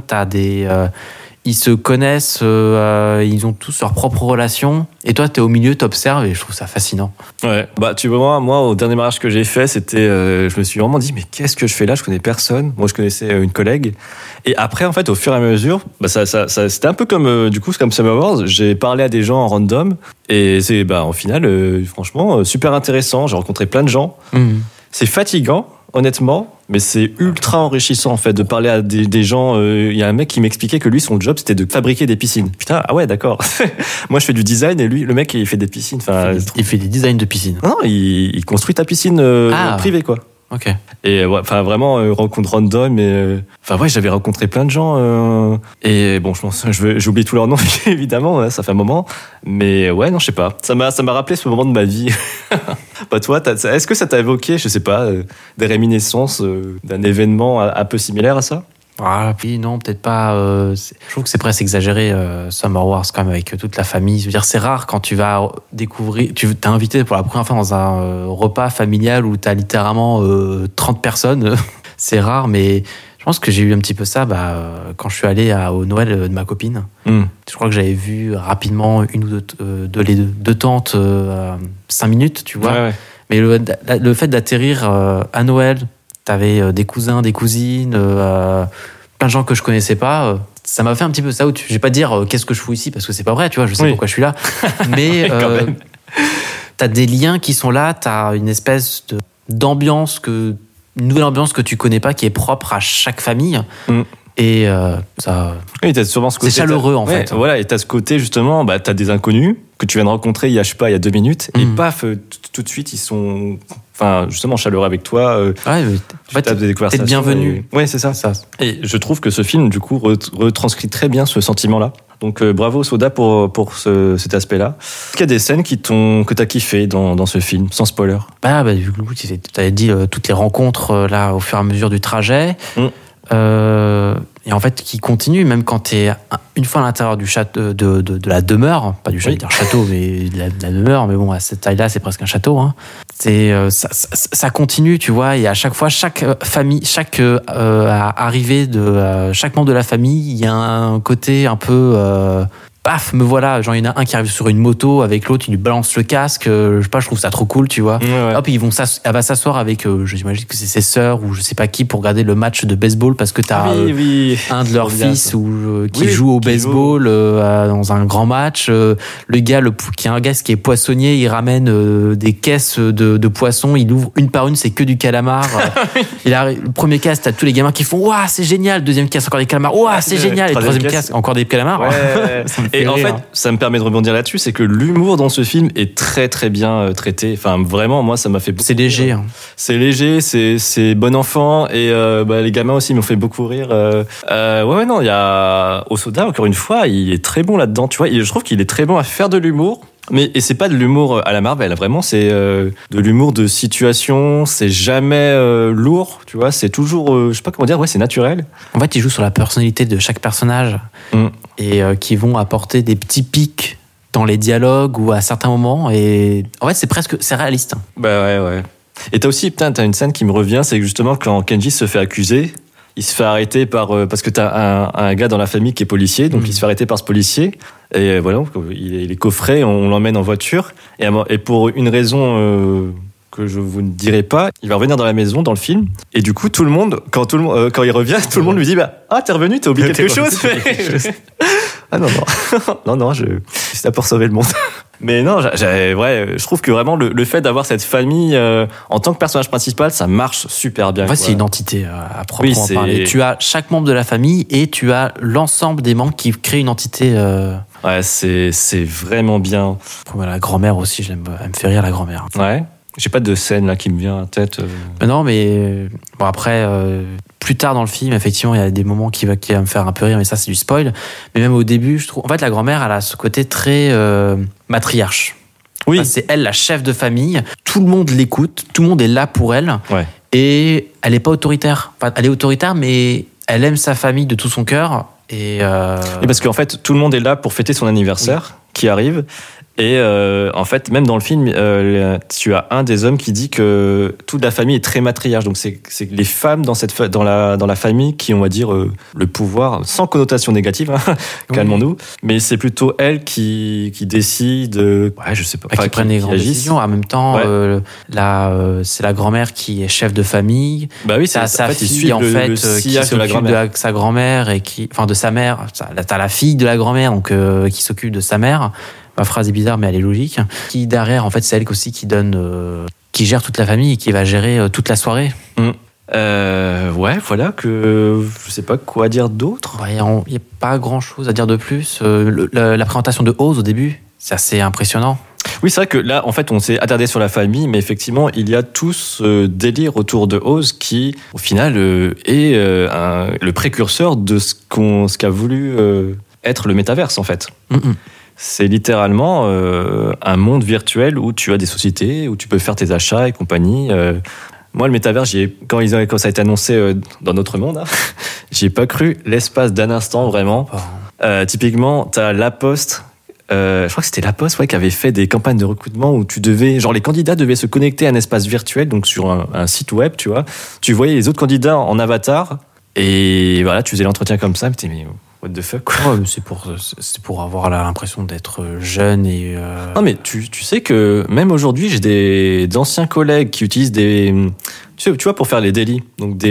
ils se connaissent, ils ont tous leurs propres relations. Et toi, t'es au milieu, t'observes, et je trouve ça fascinant. Ouais. Tu vois, moi, au dernier mariage que j'ai fait, c'était, je me suis vraiment dit, mais qu'est-ce que je fais là ? Je connais personne. Moi, je connaissais une collègue. Et après, en fait, au fur et à mesure, ça c'était un peu comme, du coup, c'est comme Summer Wars. J'ai parlé à des gens en random, et c'est, au final, franchement, super intéressant. J'ai rencontré plein de gens. C'est fatigant, honnêtement, mais c'est ultra enrichissant en fait de parler à des gens. Il y a un mec qui m'expliquait que lui, son job, c'était de fabriquer des piscines. Putain, ah ouais, d'accord. Moi, je fais du design et lui, le mec, il fait des piscines. Enfin, il fait des designs de piscines. Non, il construit ta piscine privée, quoi. Ok. Et vraiment rencontre random. Et j'avais rencontré plein de gens. Et bon, je pense, j'oublie tous leurs noms évidemment. Ça fait un moment. Mais ouais, non, je sais pas. Ça m'a rappelé ce moment de ma vie. Toi, est-ce que ça t'a évoqué, je sais pas, des réminiscences d'un événement un peu similaire à ça ? Ah, puis non, peut-être pas. Je trouve que c'est presque exagéré, Summer Wars, quand même, avec toute la famille. Je veux dire, c'est rare quand tu vas découvrir. T'es invité pour la première fois dans un repas familial où t'as littéralement 30 personnes. C'est rare, mais Je pense que j'ai eu un petit peu ça quand je suis allé au Noël de ma copine. Je crois que j'avais vu rapidement une ou deux tantes 5 minutes, tu vois. Ouais. Mais le fait d'atterrir à Noël, t'avais des cousins, des cousines, plein de gens que je connaissais pas. Ça m'a fait un petit peu ça. Je vais pas dire qu'est-ce que je fous ici, parce que c'est pas vrai, tu vois. Je sais pourquoi je suis là. Mais t'as des liens qui sont là. T'as une espèce d'ambiance une nouvelle ambiance que tu connais pas, qui est propre à chaque famille. Et ça. Oui, t'as souvent ce côté. C'est chaleureux en fait. Voilà, et t'as ce côté justement, t'as des inconnus que tu viens de rencontrer il y a 2 minutes, et paf, tout de suite ils sont, justement chaleureux avec toi. Ouais, en fait, t'as des conversations. T'es le bienvenu. Oui, c'est ça. Et je trouve que ce film, du coup, retranscrit très bien ce sentiment-là. Donc bravo Soda pour cet aspect-là. Est-ce qu'il y a des scènes que t'as kiffé dans ce film, sans spoiler? Du coup, tu avais dit toutes les rencontres là au fur et à mesure du trajet. Et en fait, qui continue même quand t'es une fois à l'intérieur du château, de la demeure, pas du château, mais de la demeure. Mais bon, à cette taille-là, c'est presque un château. Hein. Ça continue, tu vois. Et à chaque fois, chaque famille, chaque arrivée de chaque membre de la famille, il y a un côté un peu. Paf, me voilà, genre il y en a un qui arrive sur une moto avec l'autre, il lui balance le casque, je sais pas, je trouve ça trop cool, tu vois. Ouais. Hop, elle va s'asseoir avec, j'imagine que c'est ses sœurs ou je sais pas qui pour regarder le match de baseball parce que t'as un de leurs fils qui joue au baseball dans un grand match. Le gars, qui est un gars qui est poissonnier, il ramène des caisses de poissons, il ouvre une par une, c'est que du calamar. Le premier casse, t'as tous les gamins qui font waouh, c'est génial. Deuxième casse, encore des calamars. Waouh, c'est génial. Et troisième casse, encore des calamars. Ouais. Et en fait, ça me permet de rebondir là-dessus, c'est que l'humour dans ce film est très très bien traité. Enfin, vraiment, moi, ça m'a fait beaucoup. C'est léger. C'est léger, c'est bon enfant, et les gamins aussi m'ont fait beaucoup rire. Non, il y a Osoda, encore une fois, il est très bon là-dedans, tu vois. Je trouve qu'il est très bon à faire de l'humour. Et c'est pas de l'humour à la Marvel, vraiment, c'est de l'humour de situation, c'est jamais lourd, tu vois, c'est toujours, je sais pas comment dire, c'est naturel. En fait, il joue sur la personnalité de chaque personnage et qui vont apporter des petits pics dans les dialogues ou à certains moments, et en fait, c'est réaliste. Ouais. Et t'as aussi, t'as une scène qui me revient, c'est que justement, quand Kenji se fait accuser, il se fait arrêter parce que t'as un gars dans la famille qui est policier, donc il se fait arrêter par ce policier. Et voilà, il est coffré, on l'emmène en voiture. Et pour une raison que je vous ne dirai pas, il va revenir dans la maison dans le film. Et du coup, tout le monde, quand il revient, tout le monde lui dit t'es revenu, t'as oublié quelque chose. Ah non, c'est là pour sauver le monde. Mais non, je trouve que vraiment le fait d'avoir cette famille en tant que personnage principal, ça marche super bien. En fait, c'est une entité à proprement parler. Tu as chaque membre de la famille et tu as l'ensemble des membres qui créent une entité. Ouais, c'est vraiment bien. La grand-mère aussi, elle me fait rire, la grand-mère. Ouais. J'ai pas de scène là qui me vient à la tête. Non, mais bon, après, plus tard dans le film, effectivement, il y a des moments qui va me faire un peu rire, mais ça, c'est du spoil. Mais même au début, je trouve. En fait, la grand-mère, elle a ce côté très matriarche. Oui. Enfin, c'est elle, la chef de famille. Tout le monde l'écoute, tout le monde est là pour elle. Ouais. Et elle est pas autoritaire. Enfin, elle est autoritaire, mais elle aime sa famille de tout son cœur. Et parce qu'en fait, tout le monde est là pour fêter son anniversaire qui arrive. Et en fait, même dans le film, tu as un des hommes qui dit que toute la famille est très matriarche. Donc c'est les femmes dans la famille qui ont, on va dire, le pouvoir, sans connotation négative, hein, calmons-nous. Mais c'est plutôt elles qui décident, je sais pas, qui prennent les grandes décisions. En même temps, c'est la grand-mère qui est chef de famille. Bah oui, c'est sa en fait, fille qui s'occupe de sa grand-mère et de sa mère. T'as la fille de la grand-mère donc qui s'occupe de sa mère. Ma phrase est bizarre, mais elle est logique. Qui derrière, en fait, c'est elle aussi qui qui gère toute la famille et qui va gérer toute la soirée. Voilà que je sais pas quoi dire d'autre. Il y a pas grand-chose à dire de plus. La présentation de Oz au début, c'est assez impressionnant. Oui, c'est vrai que là, en fait, on s'est attardé sur la famille, mais effectivement, il y a tout ce délire autour de Oz qui, au final, est le précurseur de ce qu'a voulu être le métaverse, en fait. C'est littéralement un monde virtuel où tu as des sociétés, où tu peux faire tes achats et compagnie. Moi, le métaverse, quand ça a été annoncé dans notre monde, hein, j'y ai pas cru l'espace d'un instant, vraiment. Typiquement, t'as La Poste, je crois que c'était La Poste qui avait fait des campagnes de recrutement où les candidats devaient se connecter à un espace virtuel, donc sur un site web, tu vois. Tu voyais les autres candidats en avatar, Et voilà, tu faisais l'entretien comme ça, mais what the fuck, quoi. Ouais, mais c'est pour avoir l'impression d'être jeune et. Non, mais tu sais que même aujourd'hui, j'ai des anciens collègues qui utilisent des. Tu vois, pour faire les daily. Donc,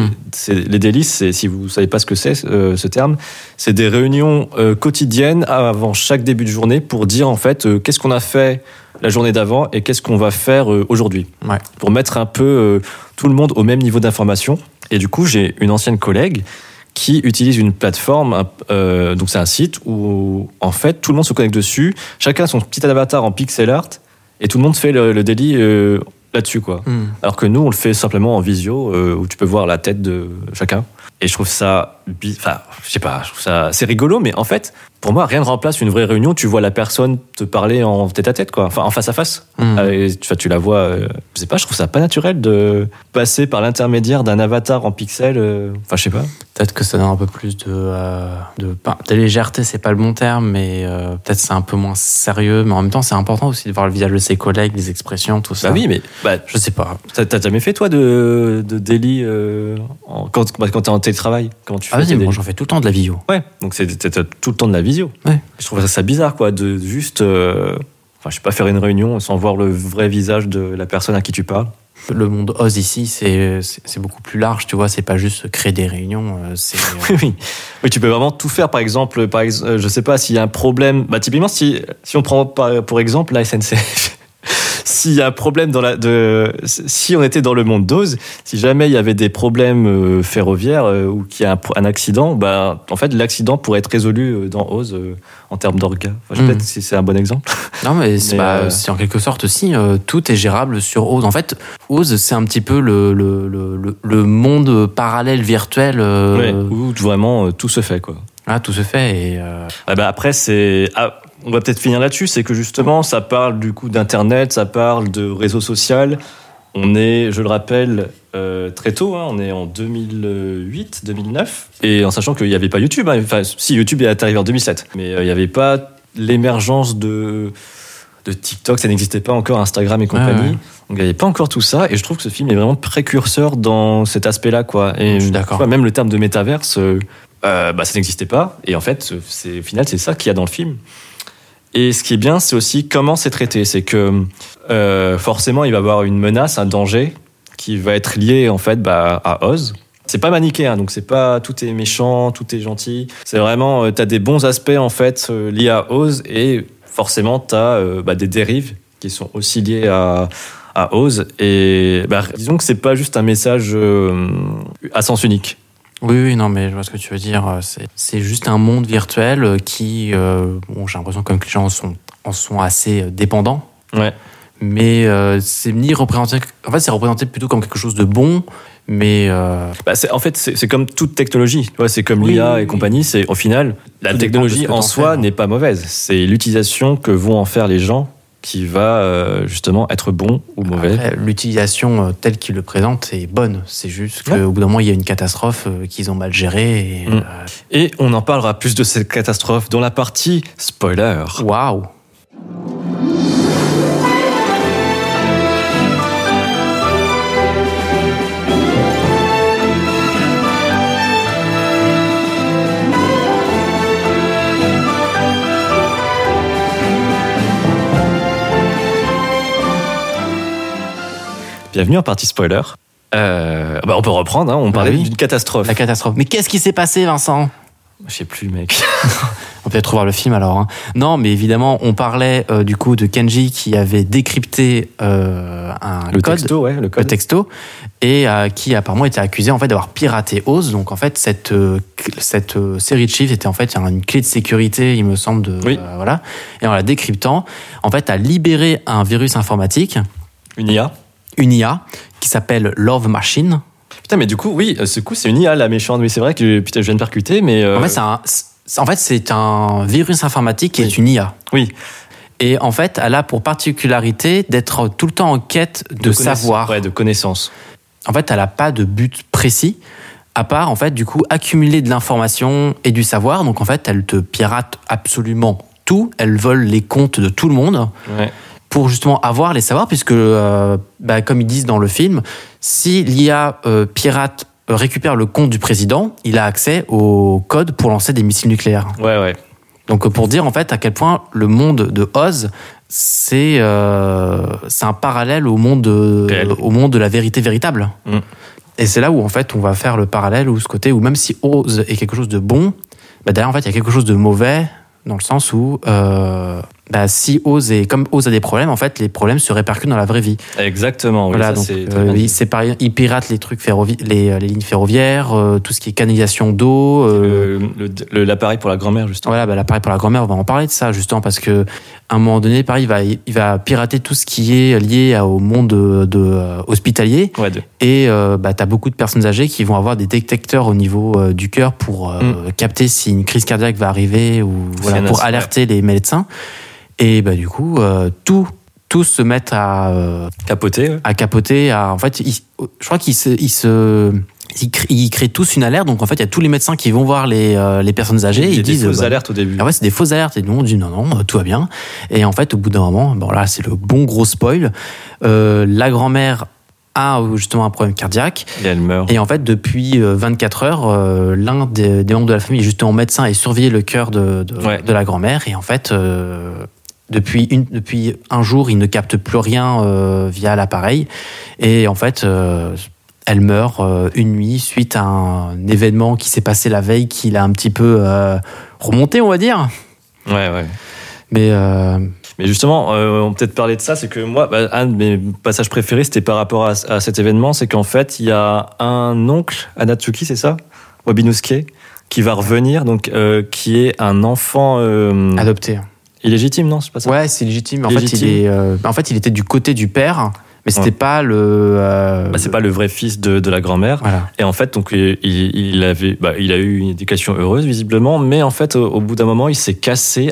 les daily, si vous savez pas ce que c'est, ce terme, c'est des réunions quotidiennes avant chaque début de journée pour dire, en fait, qu'est-ce qu'on a fait la journée d'avant et qu'est-ce qu'on va faire aujourd'hui. Ouais. Pour mettre un peu tout le monde au même niveau d'information. Et du coup, j'ai une ancienne collègue qui utilise une plateforme, donc c'est un site où, en fait, tout le monde se connecte dessus, chacun a son petit avatar en pixel art, et tout le monde fait le daily là-dessus, quoi. Alors que nous, on le fait simplement en visio, où tu peux voir la tête de chacun. Et je trouve ça, enfin, je sais pas, je trouve ça, c'est rigolo, mais en fait, pour moi, rien ne remplace une vraie réunion. Tu vois la personne te parler en tête à tête, quoi, enfin, en face à face. Tu la vois, je sais pas, je trouve ça pas naturel de passer par l'intermédiaire d'un avatar en pixel, enfin, je sais pas. Peut-être que ça donne un peu plus de légèreté, c'est pas le bon terme, mais peut-être c'est un peu moins sérieux. Mais en même temps, c'est important aussi de voir le visage de ses collègues, les expressions, tout ça. Bah oui, mais je sais pas. T'as jamais fait, toi, de daily quand t'es en télétravail? Comment tu fais? Ah vas-y, moi j'en fais tout le temps de la visio. Ouais, donc t'as tout le temps de la visio. Ouais. Je trouve ça bizarre, quoi, de juste, enfin, je sais pas, faire une réunion sans voir le vrai visage de la personne à qui tu parles. Le monde OZ ici, c'est beaucoup plus large, tu vois, c'est pas juste créer des réunions, c'est... Oui, tu peux vraiment tout faire, par exemple, je sais pas, s'il y a un problème, typiquement, si on prend pour exemple la SNCF, s'il y a un problème si on était dans le monde d'Oz, si jamais il y avait des problèmes ferroviaires ou qu'il y a un accident, en fait, l'accident pourrait être résolu dans Oz en termes d'orgas. Enfin, peut-être si c'est un bon exemple. Non, mais c'est en quelque sorte aussi, tout est gérable sur Oz. En fait, Oz, c'est un petit peu le monde parallèle virtuel. Où vraiment tout se fait, quoi. Ah, tout se fait et... après, on va peut-être finir là-dessus, c'est que justement, ça parle du coup d'Internet, ça parle de réseau social. On est, je le rappelle, très tôt, hein, on est en 2008, 2009, et en sachant qu'il n'y avait pas YouTube. Hein, enfin, si, YouTube est arrivé en 2007, mais il n'y avait pas l'émergence de TikTok, ça n'existait pas encore, Instagram et compagnie. Ouais. Donc il n'y avait pas encore tout ça, et je trouve que ce film est vraiment précurseur dans cet aspect-là, quoi. Et je suis d'accord. Tu vois, même le terme de métaverse, ça n'existait pas, et en fait, au final, c'est ça qu'il y a dans le film. Et ce qui est bien, c'est aussi comment c'est traité. C'est que forcément, il va y avoir une menace, un danger qui va être lié en fait à Oz. C'est pas manichéen, donc c'est pas tout est méchant, tout est gentil. C'est vraiment, t'as des bons aspects en fait liés à Oz, et forcément t'as des dérives qui sont aussi liées à Oz. Et disons que c'est pas juste un message à sens unique. Oui, non, mais je vois ce que tu veux dire. C'est juste un monde virtuel qui, j'ai l'impression comme que les gens en sont assez dépendants. Ouais. Mais c'est ni représenté. En fait, c'est représenté plutôt comme quelque chose de bon, mais. En fait, c'est comme toute technologie. Tu vois, c'est comme l'IA et compagnie. C'est au final, la technologie en soi n'est pas mauvaise. C'est l'utilisation que vont en faire les gens qui va justement être bon ou mauvais. Après, l'utilisation telle qu'ils le présentent est bonne. C'est juste qu'au bout d'un moment, il y a une catastrophe qu'ils ont mal gérée. Et on en parlera plus de cette catastrophe dans la partie spoiler. Waouh! Bienvenue en partie spoiler. On peut reprendre, hein, on parlait d'une catastrophe. La catastrophe. Mais qu'est-ce qui s'est passé, Vincent? Je sais plus, mec. On peut peut-être revoir le film alors. Hein. Non, mais évidemment, on parlait du coup de Kenji qui avait décrypté le texto, et qui apparemment était accusé en fait d'avoir piraté Oz. Donc en fait, cette série de chiffres était en fait une clé de sécurité, il me semble, voilà. Et en la décryptant, en fait, a libéré un virus informatique. Une IA qui s'appelle Love Machine. Putain, mais du coup, oui, ce coup, c'est une IA, la méchante. Oui, c'est vrai que je viens de percuter, mais... En fait, c'est un virus informatique qui est une IA. Oui. Et en fait, elle a pour particularité d'être tout le temps en quête de savoir. Ouais, de connaissances. En fait, elle n'a pas de but précis, à part, en fait, du coup, accumuler de l'information et du savoir. Donc, en fait, elle te pirate absolument tout. Elle vole les comptes de tout le monde. Ouais. Pour justement avoir les savoirs, puisque, comme ils disent dans le film, si l'IA pirate récupère le compte du président, il a accès au code pour lancer des missiles nucléaires. Ouais. Donc pour dire en fait à quel point le monde de Oz, c'est un parallèle au monde de la vérité véritable. Et c'est là où en fait on va faire le parallèle, ou ce côté où même si Oz est quelque chose de bon, derrière en fait il y a quelque chose de mauvais, dans le sens où si Oz a des problèmes, en fait les problèmes se répercutent dans la vraie vie. Exactement. Oui, voilà, ça, donc il pirate les trucs les lignes ferroviaires, tout ce qui est canalisation d'eau. L'appareil pour la grand-mère, justement. Voilà, l'appareil pour la grand-mère, on va en parler de ça justement, parce que à un moment donné, pareil, il va pirater tout ce qui est lié au monde hospitalier. Ouais, et t'as beaucoup de personnes âgées qui vont avoir des détecteurs au niveau du cœur pour capter si une crise cardiaque va arriver, ou voilà, pour alerter les médecins. Et du coup, tous se mettent à capoter. Ouais. À capoter. En fait, je crois ils créent tous une alerte. Donc en fait, il y a tous les médecins qui vont voir les personnes âgées. Ils disent des fausses alertes au début. Ah ouais, c'est des fausses alertes. Et nous on dit non, tout va bien. Et en fait, au bout d'un moment, là c'est le bon gros spoil. La grand-mère a justement un problème cardiaque. Et elle meurt. Et en fait, depuis 24 heures, l'un des membres de la famille est justement médecin et surveillait le cœur de la grand-mère. Et en fait, depuis un jour, il ne capte plus rien via l'appareil. Et en fait, elle meurt une nuit suite à un événement qui s'est passé la veille, qui l'a un petit peu remonté, on va dire. Ouais. Mais justement, on peut peut-être parler de ça, c'est que moi, un de mes passages préférés, c'était par rapport à cet événement, c'est qu'en fait, il y a un oncle à Natsuki, c'est ça, Wabinosuke, qui va revenir, donc qui est un enfant adopté. Illégitime, non, c'est pas ça? Ouais, c'est légitime. En fait, il était du côté du père, mais c'était pas le. C'est pas le vrai fils de la grand-mère. Voilà. Et en fait, donc il a eu une éducation heureuse visiblement, mais en fait, au bout d'un moment, il s'est cassé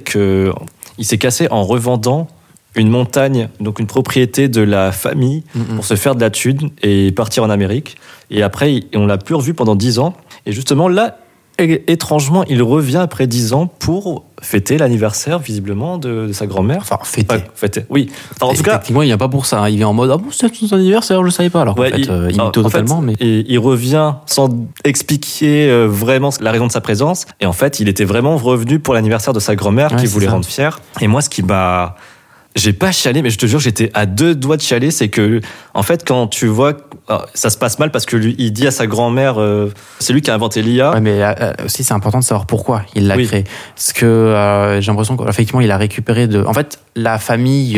en revendant une montagne, donc une propriété de la famille, pour se faire de la thune et partir en Amérique. Et après, on l'a plus revu pendant 10 ans. Et justement, là, étrangement, il revient après 10 ans pour fêter l'anniversaire, visiblement, de sa grand-mère. Enfin, fêter. Oui. Alors, en tout cas, effectivement, il vient pas pour ça. Il vient en mode, c'est son anniversaire, je le savais pas. Alors, ouais, il mytho totalement. Mais il revient sans expliquer vraiment la raison de sa présence. Et en fait, il était vraiment revenu pour l'anniversaire de sa grand-mère, qui voulait rendre fière. Et moi, ce qui m'a... J'ai pas chialé, mais je te jure, j'étais à 2 doigts de chialer. C'est que, en fait, quand tu vois, ça se passe mal parce que lui, il dit à sa grand-mère, c'est lui qui a inventé l'IA. Ouais, mais aussi, c'est important de savoir pourquoi il l'a créé. Parce que j'ai l'impression qu'effectivement, il a récupéré en fait, la famille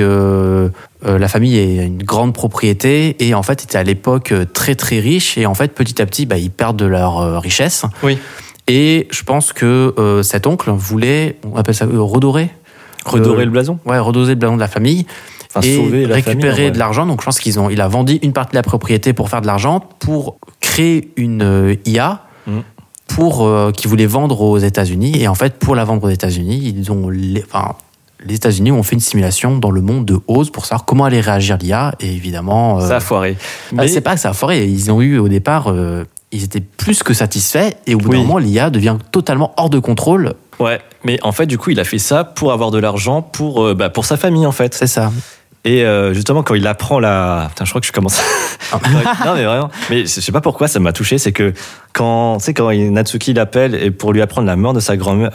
est une grande propriété et en fait, était à l'époque très très riche et en fait, petit à petit, ils perdent de leur richesse. Oui. Et je pense que cet oncle voulait, on appelle ça redorer le blason. Ouais, redoser le blason de la famille. Enfin, et sauver la récupérer famille, de l'argent. Donc je pense il a vendu une partie de la propriété pour faire de l'argent, pour créer une IA qu'il voulait vendre aux États-Unis. Et en fait, pour la vendre aux États-Unis, les États-Unis ont fait une simulation dans le monde de Oz pour savoir comment allait réagir l'IA. Et évidemment, ça a foiré. Mais c'est pas que ça a foiré. Ils ont eu au départ, ils étaient plus que satisfaits. Et au bout d'un moment, l'IA devient totalement hors de contrôle. Ouais, mais en fait, du coup, il a fait ça pour avoir de l'argent pour sa famille, en fait. C'est ça. Et justement, quand il apprend je crois que je commence. Non, mais vraiment. Mais je sais pas pourquoi ça m'a touché. C'est que quand Natsuki l'appelle et pour lui apprendre la mort de sa grand-mère,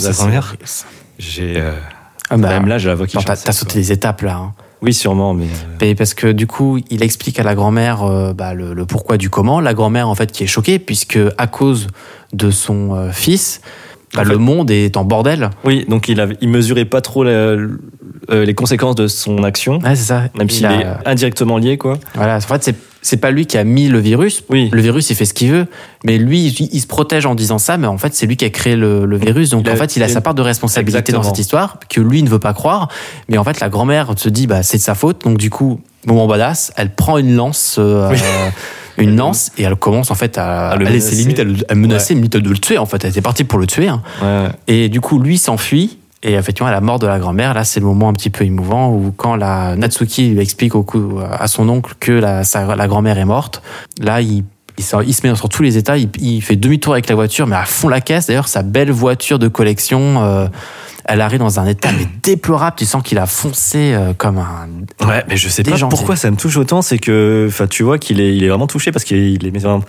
j'ai même là, j'ai la voix qui chante. T'as sauté des étapes là. Hein. Oui, sûrement, mais parce que du coup, il explique à la grand-mère le pourquoi du comment. La grand-mère, en fait, qui est choquée puisque à cause de son fils. Le monde est en bordel. Oui, donc il mesurait pas trop les conséquences de son action. Ouais, c'est ça. Même s'il est indirectement lié, quoi. Voilà, en fait, c'est pas lui qui a mis le virus. Oui. Le virus, il fait ce qu'il veut. Mais lui, il se protège en disant ça, mais en fait, c'est lui qui a créé le virus. Donc, en fait, il a sa part de responsabilité dans cette histoire, que lui ne veut pas croire. Mais en fait, la grand-mère se dit, c'est de sa faute. Donc, du coup, moment badass, elle prend une lance... une lance et elle commence en fait à laisser limite à menacer limite de le tuer en fait. Elle était partie pour le tuer. Hein. Ouais. Et du coup lui s'enfuit et effectivement à la mort de la grand-mère là c'est le moment un petit peu émouvant où quand la Natsuki lui explique à son oncle que la grand-mère est morte, là il se met sur tous les états, il fait demi-tour avec la voiture mais à fond la caisse. D'ailleurs sa belle voiture de collection elle arrive dans un état mais déplorable, tu sens qu'il a foncé comme un... Ouais, mais je sais pas pourquoi ça me touche autant, c'est que tu vois qu'il est vraiment touché parce qu'il est vraiment...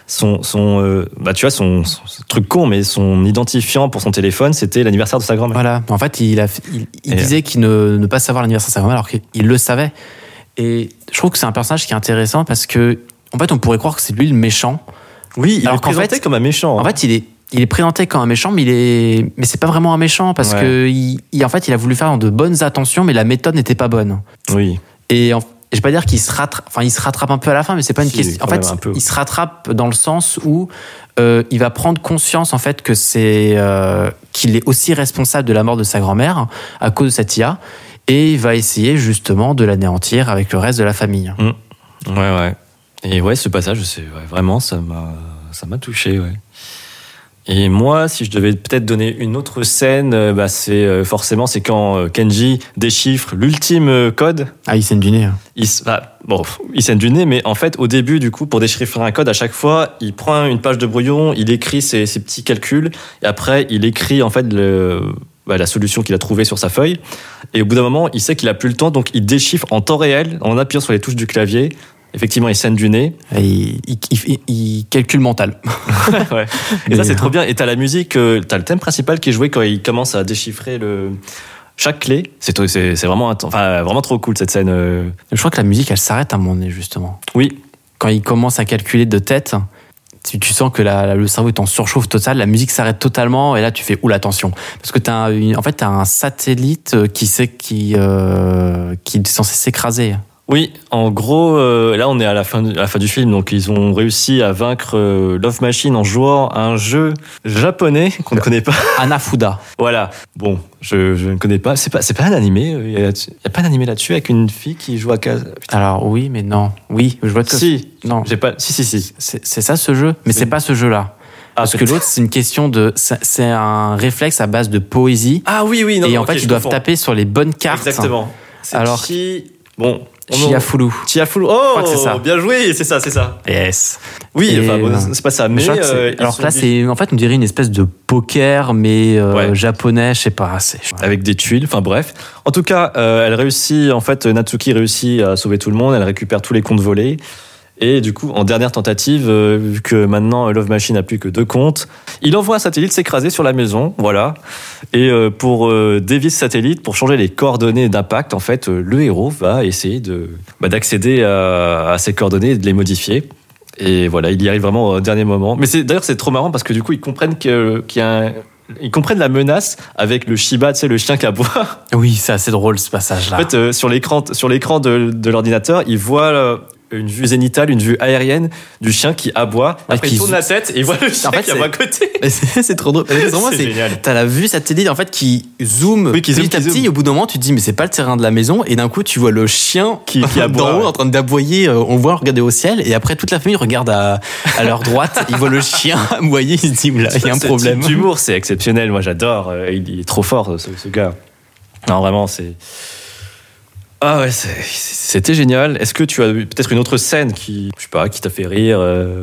tu vois, son truc con, mais son identifiant pour son téléphone, c'était l'anniversaire de sa grand-mère. Voilà. En fait, il disait qu'il ne pas savoir l'anniversaire de sa grand-mère alors qu'il le savait. Et je trouve que c'est un personnage qui est intéressant parce que, en fait, on pourrait croire que c'est lui le méchant. Oui, il est présenté comme un méchant. En fait, il est présenté comme un méchant, mais c'est pas vraiment un méchant parce que en fait, il a voulu faire de bonnes intentions, mais la méthode n'était pas bonne. Oui. Et je vais pas dire qu'il se rattrape, il se rattrape un peu à la fin, mais c'est pas une question. En fait, il se rattrape dans le sens où il va prendre conscience en fait que qu'il est aussi responsable de la mort de sa grand-mère à cause de cette IA, et il va essayer justement de l'anéantir avec le reste de la famille. Ouais. Et ouais, ce passage, vraiment, ça m'a touché, ouais. Et moi, si je devais peut-être donner une autre scène, c'est quand Kenji déchiffre l'ultime code. Ah, il saigne du nez. Il saigne du nez, mais en fait, au début, du coup, pour déchiffrer un code, à chaque fois, il prend une page de brouillon, il écrit ses petits calculs, et après, il écrit en fait la solution qu'il a trouvée sur sa feuille. Et au bout d'un moment, il sait qu'il a plus le temps, donc il déchiffre en temps réel, en appuyant sur les touches du clavier. Effectivement, il saigne du nez. Il calcule mental. Ouais. Et ça, c'est trop bien. Et t'as la musique, t'as le thème principal qui est joué quand il commence à déchiffrer chaque clé. C'est vraiment, vraiment trop cool cette scène. Je crois que la musique, elle s'arrête à un moment donné, justement. Oui. Quand il commence à calculer de tête, tu sens que le cerveau est en surchauffe totale, la musique s'arrête totalement, et là, tu fais attention. Parce que t'as un satellite qui est censé s'écraser. Oui, en gros, là on est à la fin du film, donc ils ont réussi à vaincre Love Machine en jouant à un jeu japonais qu'on ne connaît pas. Hanafuda. Voilà. Bon, je ne connais pas. C'est pas un animé. Il y a pas un animé là-dessus avec une fille qui joue à Kaz. Alors oui, mais non. Oui, je vois que si. Non. J'ai pas. Si. C'est ça ce jeu, mais c'est pas ce jeu-là. Parce que l'autre, c'est une question c'est un réflexe à base de poésie. Ah oui, non. Et en fait, ils doivent taper sur les bonnes cartes. Exactement. Alors Chiafulu. Oh, c'est ça. Bien joué, c'est ça. Yes. Oui, c'est pas ça, mais alors là, c'est en fait, on dirait une espèce de poker, mais japonais, je sais pas. Avec des tuiles, enfin bref. En tout cas, elle réussit, en fait, Natsuki réussit à sauver tout le monde, elle récupère tous les comptes volés. Et du coup, en dernière tentative, vu que maintenant Love Machine n'a plus que 2 comptes, il envoie un satellite s'écraser sur la maison, voilà. Et pour dévier ce satellite, pour changer les coordonnées d'impact, en fait, le héros va essayer d'accéder à ces coordonnées et de les modifier. Et voilà, il y arrive vraiment au dernier moment. Mais d'ailleurs, c'est trop marrant parce que du coup, ils comprennent ils comprennent la menace avec le Shiba, tu sais, le chien qui aboie. Oui, c'est assez drôle ce passage-là. En fait, sur l'écran de l'ordinateur, ils voient une vue zénitale, une vue aérienne du chien qui aboie. Après, il tourne la tête et il voit le chien qui aboie à côté. C'est trop drôle. C'est génial. T'as la vue satellite en fait qui zoome petit à petit. Et au bout d'un moment, tu te dis mais c'est pas le terrain de la maison. Et d'un coup, tu vois le chien qui aboie d'en haut en train d'aboyer. On le voit regarder au ciel. Et après, toute la famille regarde à leur droite. Ils voient le chien aboyer. Ils se disent là, il y a un problème. L'humour, c'est exceptionnel. Moi, j'adore. Il est trop fort, ce gars. Non, vraiment, c'est. Ah ouais, c'était génial. Est-ce que tu as peut-être une autre scène qui t'a fait rire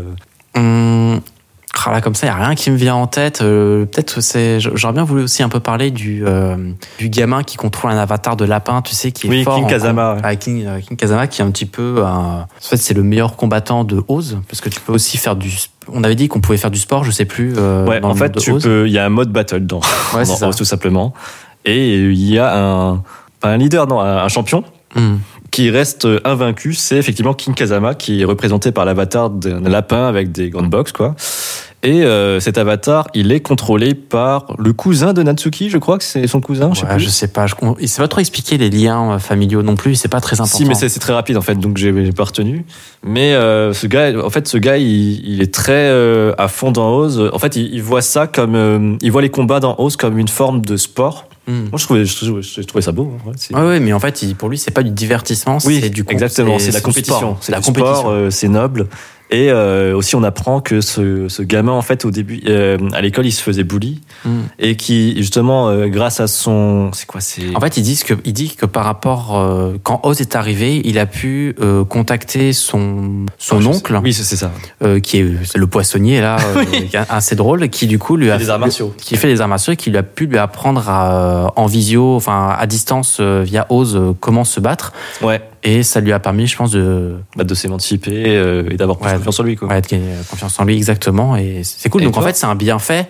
Là, comme ça, il n'y a rien qui me vient en tête. Peut-être j'aurais bien voulu aussi un peu parler du gamin qui contrôle un avatar de lapin, tu sais, qui est fort. King Kazama. King Kazama, qui est un petit peu. En fait, c'est le meilleur combattant de Oz, parce que tu peux aussi faire on avait dit qu'on pouvait faire du sport, je sais plus. Ouais, en fait, il y a un mode battle dans Oz, tout simplement. Et il y a un leader, non, un champion qui reste invaincu, c'est effectivement King Kazama, qui est représenté par l'avatar d'un lapin avec des gants de boxe, quoi. Et cet avatar, il est contrôlé par le cousin de Natsuki, je crois que c'est son cousin, je sais pas. Il sait pas trop expliquer les liens familiaux non plus, c'est pas très important. Si, mais c'est très rapide en fait, donc j'ai pas retenu. Mais ce gars, il est très à fond dans Oz. En fait, il voit ça comme, il voit les combats dans Oz comme une forme de sport. Moi, je trouvais ça beau. Ouais, mais en fait, pour lui, c'est pas du divertissement, c'est du exactement, c'est la compétition. C'est la compétition, c'est noble. Et aussi, on apprend que ce gamin, en fait, au début, à l'école, il se faisait bully, et qui, justement, grâce à son, En fait, il dit que par rapport, quand Oz est arrivé, il a pu contacter son oncle. Oui, c'est ça. Qui est le poissonnier là, qui est assez drôle, qui du coup lui a des arts martiaux. Qui fait des arts martiaux, et qui lui a pu lui apprendre en visio, enfin à distance via Oz, comment se battre. Ouais. Et ça lui a permis, je pense, de s'émanciper et d'avoir plus confiance en lui, quoi. Ouais, de gagner confiance en lui, exactement. Et c'est cool. Et Donc toi, en fait, c'est un bienfait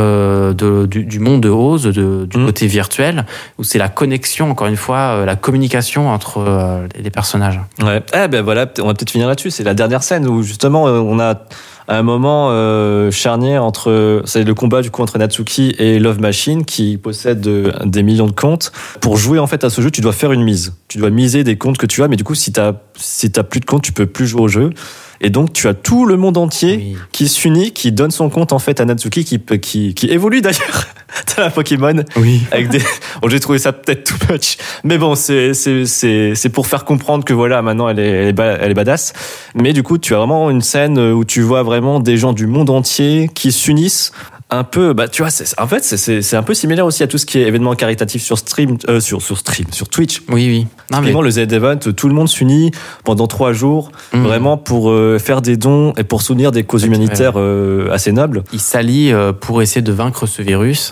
du monde de Oz, du côté virtuel, où c'est la connexion, encore une fois, la communication entre les personnages. Ouais. Voilà, on va peut-être finir là-dessus. C'est la dernière scène où justement on a un moment charnière c'est le combat du coup entre Natsuki et Love Machine qui possède des millions de comptes. Pour jouer en fait à ce jeu, tu dois faire une mise. Tu dois miser des comptes que tu as, mais du coup si t'as plus de comptes, tu peux plus jouer au jeu. Et donc tu as tout le monde entier qui s'unit, qui donne son compte en fait à Natsuki, qui évolue d'ailleurs. T'as la Pokémon. Oui. Avec des. Bon, j'ai trouvé ça peut-être too much, mais bon, c'est pour faire comprendre que voilà, maintenant elle est badass. Mais du coup, tu as vraiment une scène où tu vois vraiment des gens du monde entier qui s'unissent. Un peu, tu vois, c'est un peu similaire aussi à tout ce qui est événement caritatif sur sur Twitch. Oui. Non, mais le Z-Event, tout le monde s'unit pendant 3 jours, vraiment pour faire des dons et pour soutenir des causes humanitaires assez nobles. Ils s'allient pour essayer de vaincre ce virus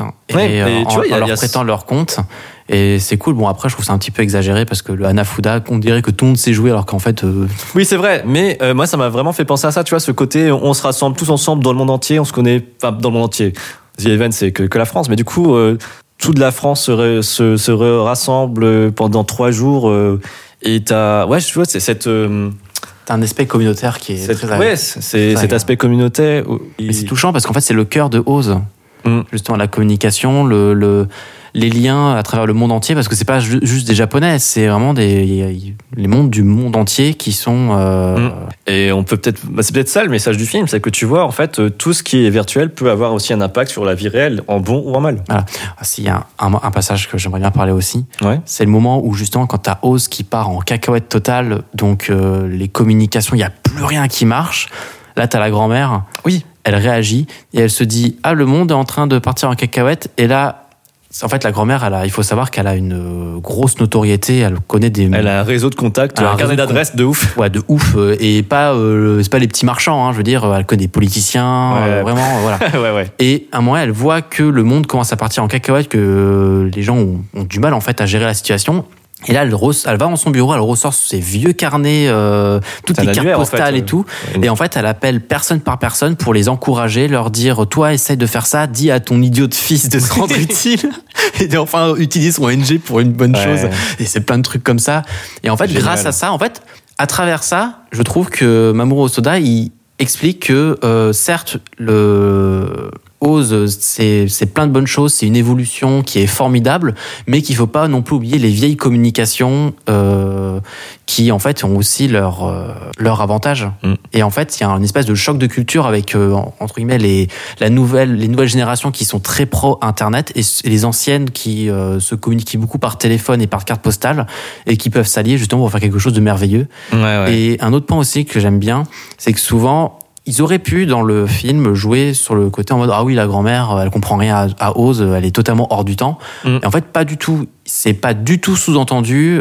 en leur prêtant leur compte. Et c'est cool. Bon, après, je trouve ça un petit peu exagéré parce que le Hanafuda, on dirait que tout le monde sait jouer alors qu'en fait. Oui, c'est vrai. Mais moi, ça m'a vraiment fait penser à ça. Tu vois, ce côté, on se rassemble tous ensemble dans le monde entier. On se connaît, enfin, dans le monde entier. The Event, c'est que la France. Mais du coup, toute la France se rassemble pendant 3 jours. Et tu vois, c'est cette. T'as un aspect communautaire qui est très. Ouais, c'est cet aspect communautaire. Et c'est touchant parce qu'en fait, c'est le cœur de Oz. Justement, la communication, les liens à travers le monde entier, parce que c'est pas juste des Japonais, c'est vraiment les mondes du monde entier qui sont. Et on peut c'est peut-être ça le message du film, c'est que tu vois en fait tout ce qui est virtuel peut avoir aussi un impact sur la vie réelle, en bon ou en mal. Voilà. S'il y a un passage que j'aimerais bien parler aussi, c'est le moment où justement quand t'as Oz qui part en cacahuète totale, donc les communications, il y a plus rien qui marche. Là, t'as la grand-mère. Oui. Elle réagit et elle se dit le monde est en train de partir en cacahuète. Et là, en fait, la grand-mère, il faut savoir qu'elle a une grosse notoriété. Elle connaît elle a un réseau de contacts, un carnet d'adresses de ouf. Ouais, de ouf. Et c'est pas les petits marchands. Hein, je veux dire, elle connaît des politiciens, vraiment, voilà. ouais. Et à un moment, elle voit que le monde commence à partir en cacahuète, que les gens ont du mal en fait à gérer la situation. Et là, elle va dans son bureau, elle ressort ses vieux carnets, toutes les cartes postales et tout. Et en fait, elle appelle personne par personne pour les encourager, leur dire, toi, essaye de faire ça, dis à ton idiot de fils de se rendre utile. Et enfin, utilise son ONG pour une bonne chose. Et c'est plein de trucs comme ça. Et en fait, grâce à ça, en fait, à travers ça, je trouve que Mamoru Hosoda, il explique que, certes, Oz, c'est plein de bonnes choses, c'est une évolution qui est formidable, mais qu'il faut pas non plus oublier les vieilles communications qui en fait ont aussi leur avantage. Et en fait, il y a une espèce de choc de culture avec entre guillemets les nouvelles générations qui sont très pro internet et les anciennes qui se communiquent beaucoup par téléphone et par carte postale et qui peuvent s'allier justement pour faire quelque chose de merveilleux. Et un autre point aussi que j'aime bien, c'est que souvent ils auraient pu, dans le film, jouer sur le côté en mode « Ah oui, la grand-mère, elle comprend rien à Oz, elle est totalement hors du temps. » Et en fait, pas du tout. C'est pas du tout sous-entendu.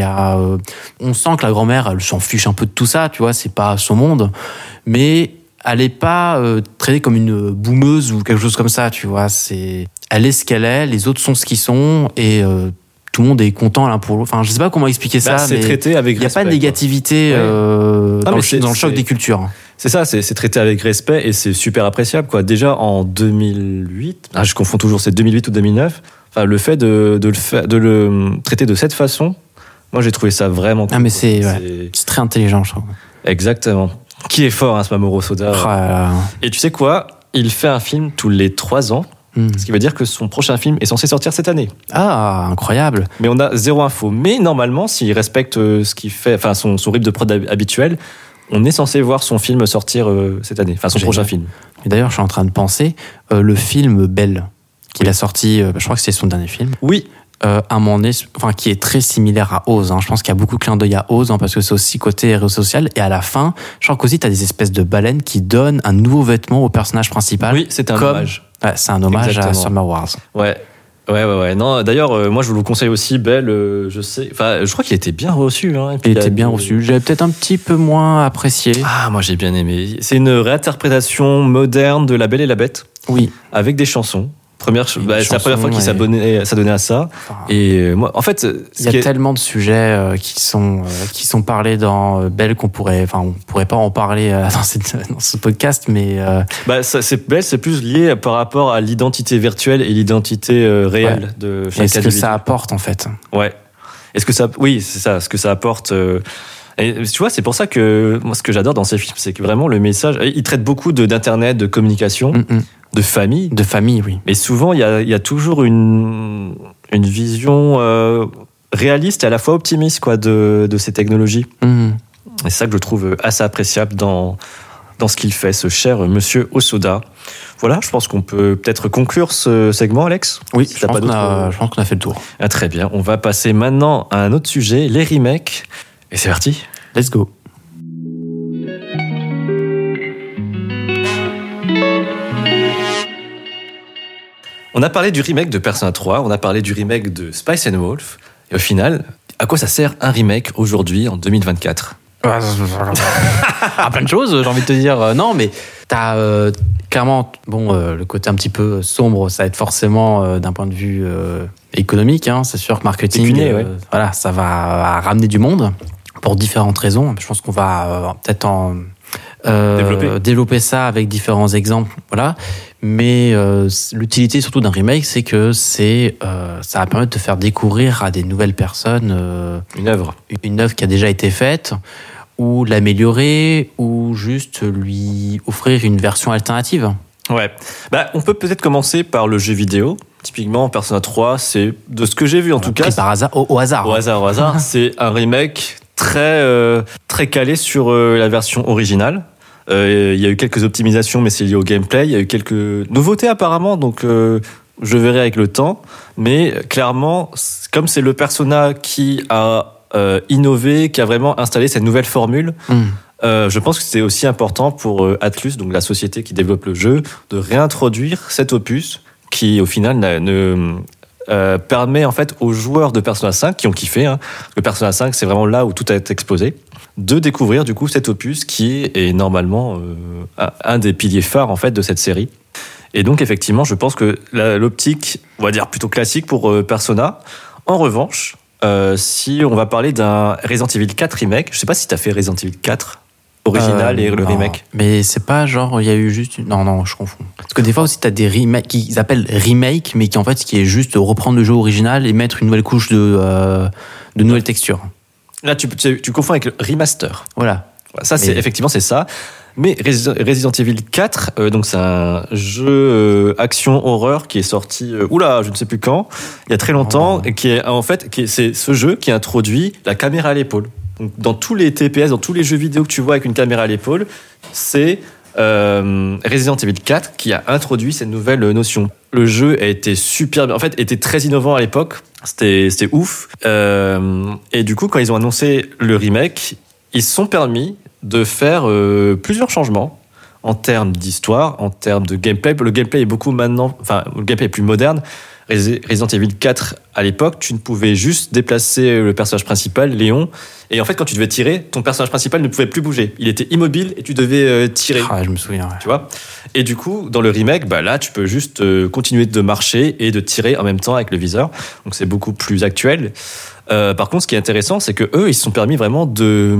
On sent que la grand-mère, elle s'en fiche un peu de tout ça, tu vois, c'est pas son monde. Mais elle est pas traitée comme une boumeuse ou quelque chose comme ça, tu vois. Elle est ce qu'elle est, les autres sont ce qu'ils sont, et tout le monde est content l'un pour l'autre. Enfin, je sais pas comment expliquer ça, c'est traité avec respect. Il n'y a pas de négativité dans le choc des cultures. C'est ça, c'est traité avec respect et c'est super appréciable, quoi. Déjà en 2008, je confonds toujours, c'est 2008 ou 2009. Enfin, le fait de le traiter de cette façon, moi j'ai trouvé ça vraiment cool. Mais c'est très intelligent, je trouve. Exactement. Qui est fort, ce Mamoru Hosoda. Et tu sais quoi ? Il fait un film tous les 3 ans. Ce qui veut dire que son prochain film est censé sortir cette année. Ah, incroyable. Mais on a 0 info. Mais normalement, s'il respecte ce qu'il fait, enfin son rythme de prod habituel, on est censé voir son film sortir cette année, enfin son prochain film. Et d'ailleurs, je suis en train de penser, le film Belle, qu'il a sorti, je crois que c'est son dernier film. Oui. À un moment donné, qui est très similaire à Oz. Je pense qu'il y a beaucoup de clins d'œil à Oz, parce que c'est aussi côté réseau social. Et à la fin, je crois qu'aussi, tu as des espèces de baleines qui donnent un nouveau vêtement au personnage principal. Oui, c'est un hommage. Ouais, c'est un hommage à Summer Wars. Ouais. Non, d'ailleurs, moi, je vous le conseille aussi, Belle. Je crois qu'il était bien reçu. Il était bien reçu. J'avais peut-être un petit peu moins apprécié. Moi, j'ai bien aimé. C'est une réinterprétation moderne de La Belle et la Bête. Oui. Avec des chansons. C'est la première fois qu'il s'adonnait à ça. Et moi, en fait, il y a tellement de sujets qui sont parlés dans Belle on pourrait pas en parler dans ce podcast, mais Belle, c'est plus lié par rapport à l'identité virtuelle et l'identité réelle de chaque Est-ce que ça apporte en fait? Ouais. Oui, c'est ça. Ce que ça apporte. Et tu vois, c'est pour ça que moi, ce que j'adore dans ces films, c'est que vraiment le message, il traite beaucoup d'internet, de communication, de famille. De famille, oui. Mais souvent, il y a toujours une vision réaliste et à la fois optimiste, quoi, de ces technologies. Et c'est ça que je trouve assez appréciable dans ce qu'il fait, ce cher monsieur Hosoda. Voilà, je pense qu'on peut peut-être conclure ce segment, Alex. Oui, je pense qu'on a fait le tour. Ah, très bien. On va passer maintenant à un autre sujet, les remakes. Et c'est parti. Let's go. On a parlé du remake de Persona 3, on a parlé du remake de Spice and Wolf. Et au final, à quoi ça sert un remake aujourd'hui, en 2024 ? Plein de choses, j'ai envie de te dire. Non, mais t'as clairement, le côté un petit peu sombre, ça va être forcément d'un point de vue économique. C'est sûr que marketing, pécunier, voilà, ça va ramener du monde pour différentes raisons. Je pense qu'on va peut-être développer ça avec différents exemples, voilà. Mais l'utilité surtout d'un remake, c'est que ça va permettre de faire découvrir à des nouvelles personnes une œuvre qui a déjà été faite, ou l'améliorer, ou juste lui offrir une version alternative. Ouais. On peut peut-être commencer par le jeu vidéo. Typiquement, Persona 3, c'est de ce que j'ai vu en tout cas. Par hasard, au hasard. Au hasard, c'est un remake très calé sur la version originale. Il y a eu quelques optimisations, mais c'est lié au gameplay. Il y a eu quelques nouveautés apparemment, donc je verrai avec le temps. Mais clairement, comme c'est le Persona qui a innové, qui a vraiment installé cette nouvelle formule, je pense que c'est aussi important pour Atlus, donc la société qui développe le jeu, de réintroduire cet opus qui, au final, permet en fait aux joueurs de Persona 5 qui ont kiffé. Le Persona 5, c'est vraiment là où tout a été exposé, de découvrir du coup cet opus qui est normalement un des piliers phares en fait de cette série. Et donc effectivement, je pense que l'optique, on va dire plutôt classique pour Persona. En revanche, si on va parler d'un Resident Evil 4 remake, je sais pas si t'as fait Resident Evil 4 original et le remake. Mais c'est pas genre, il y a eu juste... Non, je confonds. Parce que des fois aussi, t'as des remakes qu'ils appellent remake, mais qui en fait, qui est juste reprendre le jeu original et mettre une nouvelle couche de nouvelles textures. Là, tu confonds avec le remaster. Voilà. Ça, effectivement, c'est ça. Mais Resident Evil 4, donc c'est un jeu action-horreur qui est sorti, je ne sais plus quand, il y a très longtemps, et c'est ce jeu qui introduit la caméra à l'épaule. Donc, dans tous les TPS, dans tous les jeux vidéo que tu vois avec une caméra à l'épaule, c'est Resident Evil 4 qui a introduit cette nouvelle notion. Le jeu a été super bien, en fait, était très innovant à l'époque. C'était ouf. Et du coup, quand ils ont annoncé le remake, ils se sont permis de faire plusieurs changements en termes d'histoire, en termes de gameplay. Le gameplay est le gameplay est plus moderne. Resident Evil 4, à l'époque, tu ne pouvais juste déplacer le personnage principal, Léon, et en fait, quand tu devais tirer, ton personnage principal ne pouvait plus bouger. Il était immobile et tu devais tirer. Je me souviens. Ouais. Tu vois ? Et du coup, dans le remake, là, tu peux juste continuer de marcher et de tirer en même temps avec le viseur. Donc, c'est beaucoup plus actuel. Par contre, ce qui est intéressant, c'est que eux, ils se sont permis vraiment de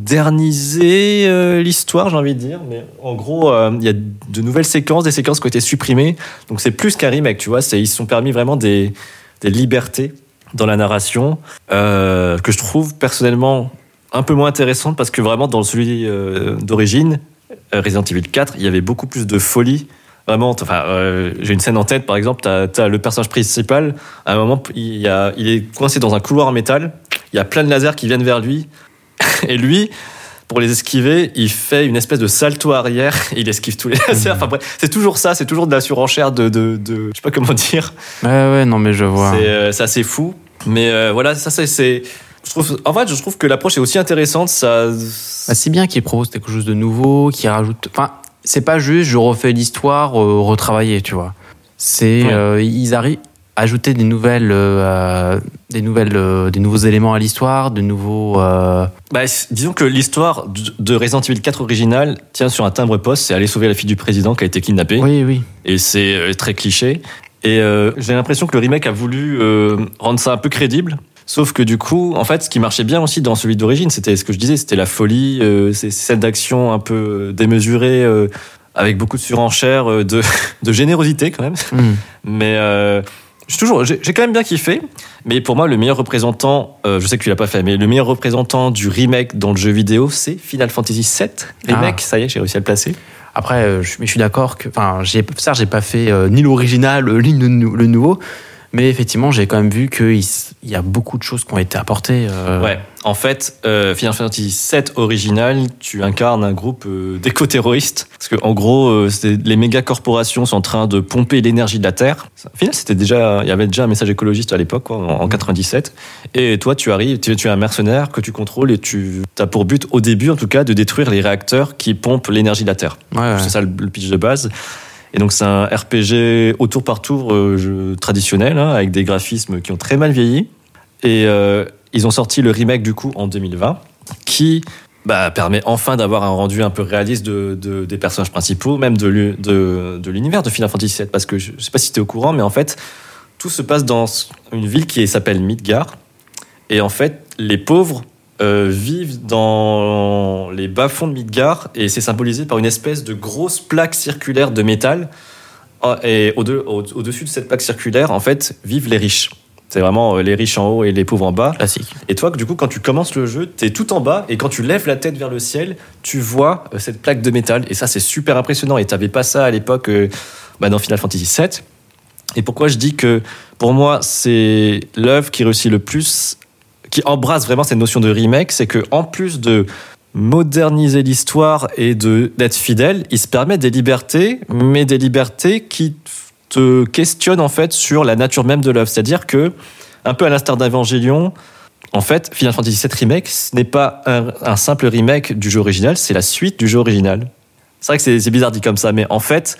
moderniser l'histoire, j'ai envie de dire. Mais en gros, il y a de nouvelles séquences, des séquences qui ont été supprimées. Donc, c'est plus qu'un remake, tu vois. Ils se sont permis vraiment des libertés dans la narration que je trouve personnellement un peu moins intéressante parce que vraiment, dans celui d'origine, Resident Evil 4, il y avait beaucoup plus de folie. Vraiment, j'ai une scène en tête, par exemple, t'as le personnage principal, à un moment, il est coincé dans un couloir en métal, il y a plein de lasers qui viennent vers lui, et lui, pour les esquiver, il fait une espèce de salto arrière, et il esquive tous les lasers. Enfin bref, c'est toujours ça, c'est toujours de la surenchère de je sais pas comment dire. Ouais, non mais je vois. C'est assez fou, mais voilà, ça c'est... Je trouve que l'approche est aussi intéressante, ça... c'est bien qu'il propose quelque chose de nouveau, qu'il rajoute... c'est pas juste je refais l'histoire retravaillée, tu vois. Ils arrivent à ajouter des nouveaux éléments à l'histoire, de nouveaux disons que l'histoire de Resident Evil 4 original tient sur un timbre-poste, c'est aller sauver la fille du président qui a été kidnappée. Oui. Et c'est très cliché. Et j'ai l'impression que le remake a voulu rendre ça un peu crédible. Sauf que du coup, en fait, ce qui marchait bien aussi dans celui d'origine, c'était ce que je disais, c'était la folie, ces scènes d'action un peu démesurées, avec beaucoup de surenchères, de générosité quand même. Mais j'ai quand même bien kiffé. Mais pour moi, le meilleur représentant, je sais que tu l'as pas fait, mais le meilleur représentant du remake dans le jeu vidéo, c'est Final Fantasy VII Remake. Ça y est, j'ai réussi à le placer. Après, je suis d'accord que, j'ai pas fait ni l'original ni le nouveau. Mais effectivement, j'ai quand même vu qu'il y a beaucoup de choses qui ont été apportées. Ouais, en fait, Final Fantasy VII original, tu incarnes un groupe d'éco-terroristes. Parce que en gros, les méga corporations sont en train de pomper l'énergie de la Terre. Au final, il y avait déjà un message écologiste à l'époque, quoi, en 97. Et toi, tu arrives, tu es un mercenaire que tu contrôles et tu as pour but, au début en tout cas, de détruire les réacteurs qui pompent l'énergie de la Terre. Ouais. C'est ça le pitch de base. Et donc c'est un RPG au tour par tour traditionnel, hein, avec des graphismes qui ont très mal vieilli. Et ils ont sorti le remake du coup en 2020, qui permet enfin d'avoir un rendu un peu réaliste des personnages principaux, même de l'univers de Final Fantasy VII. Parce que je sais pas si tu es au courant, mais en fait, tout se passe dans une ville qui s'appelle Midgar. Et en fait, les pauvres vivent dans les bas-fonds de Midgar, et c'est symbolisé par une espèce de grosse plaque circulaire de métal. Et au-dessus de cette plaque circulaire, en fait, vivent les riches. C'est vraiment les riches en haut et les pauvres en bas. Classique. Et toi, du coup, quand tu commences le jeu, t'es tout en bas, et quand tu lèves la tête vers le ciel, tu vois cette plaque de métal. Et ça, c'est super impressionnant. Et t'avais pas ça à l'époque dans Final Fantasy VII. Et pourquoi je dis que, pour moi, c'est l'œuvre qui réussit le plus, qui embrasse vraiment cette notion de remake, c'est que en plus de moderniser l'histoire et d'être fidèle, il se permet des libertés, mais des libertés qui te questionnent en fait sur la nature même de l'œuvre. C'est-à-dire que, un peu à l'instar d'Evangelion, en fait, Final Fantasy VII Remake, ce n'est pas un simple remake du jeu original, c'est la suite du jeu original. C'est vrai que c'est bizarre dit comme ça, mais en fait,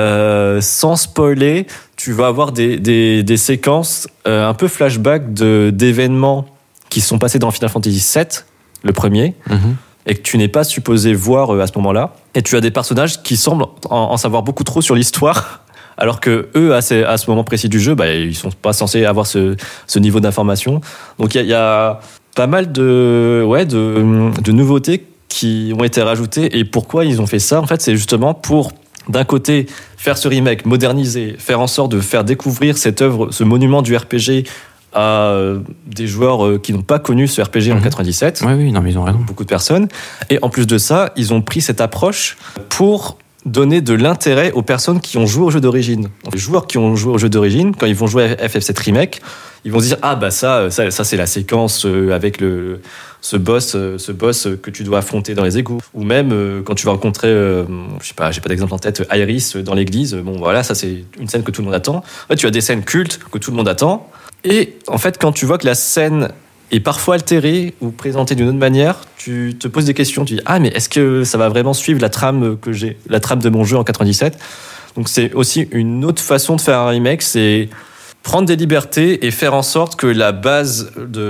sans spoiler, tu vas avoir des séquences un peu flashback d'événements qui sont passés dans Final Fantasy VII, le premier, et que tu n'es pas supposé voir à ce moment-là. Et tu as des personnages qui semblent en savoir beaucoup trop sur l'histoire, alors que eux, à ce moment précis du jeu, ils sont pas censés avoir ce niveau d'information. Donc il y a pas mal de nouveautés qui ont été rajoutées. Et pourquoi ils ont fait ça ? En fait, c'est justement pour, d'un côté, faire ce remake, moderniser, faire en sorte de faire découvrir cette œuvre, ce monument du RPG à des joueurs qui n'ont pas connu ce RPG en 97. Oui, non, mais ils ont raison. Beaucoup de personnes. Et en plus de ça, ils ont pris cette approche pour donner de l'intérêt aux personnes qui ont joué au jeu d'origine. Les joueurs qui ont joué au jeu d'origine, quand ils vont jouer à FF7 Remake, ils vont se dire ça c'est la séquence avec ce boss que tu dois affronter dans les égouts, ou même quand tu vas rencontrer je sais pas, j'ai pas d'exemple en tête, Iris dans l'église. Ça c'est une scène que tout le monde attend. Ouais, tu as des scènes cultes que tout le monde attend. Et en fait, quand tu vois que la scène est parfois altérée ou présentée d'une autre manière, tu te poses des questions. Tu dis mais est-ce que ça va vraiment suivre la trame de mon jeu en 97 ? Donc c'est aussi une autre façon de faire un remake, c'est prendre des libertés et faire en sorte que la base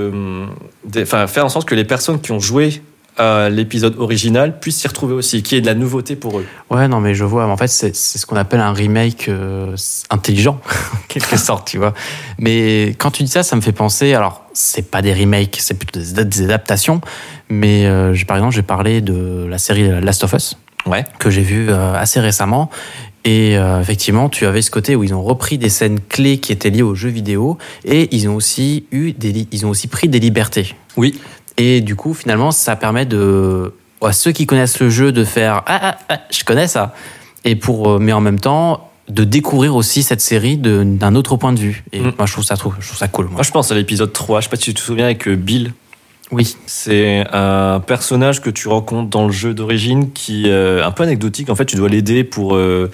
faire en sorte que les personnes qui ont joué à l'épisode original puissent s'y retrouver aussi, qu'il y ait de la nouveauté pour eux. Ouais, non, mais je vois. En fait, c'est ce qu'on appelle un remake intelligent, en quelque sorte, tu vois. Mais quand tu dis ça, ça me fait penser. Alors, c'est pas des remakes, c'est plutôt des adaptations. Mais par exemple, j'ai parlé de la série Last of Us, que j'ai vue assez récemment. Et effectivement, tu avais ce côté où ils ont repris des scènes clés qui étaient liées aux jeux vidéo, et ils ont aussi pris des libertés. Oui. Et du coup, finalement, ça permet à ceux qui connaissent le jeu de faire je connais ça. Mais en même temps, de découvrir aussi cette série d'un autre point de vue. Et moi, je trouve ça cool. Moi, je pense à l'épisode 3. Je sais pas si tu te souviens avec Bill. Oui. C'est un personnage que tu rencontres dans le jeu d'origine qui est un peu anecdotique. En fait, tu dois l'aider pour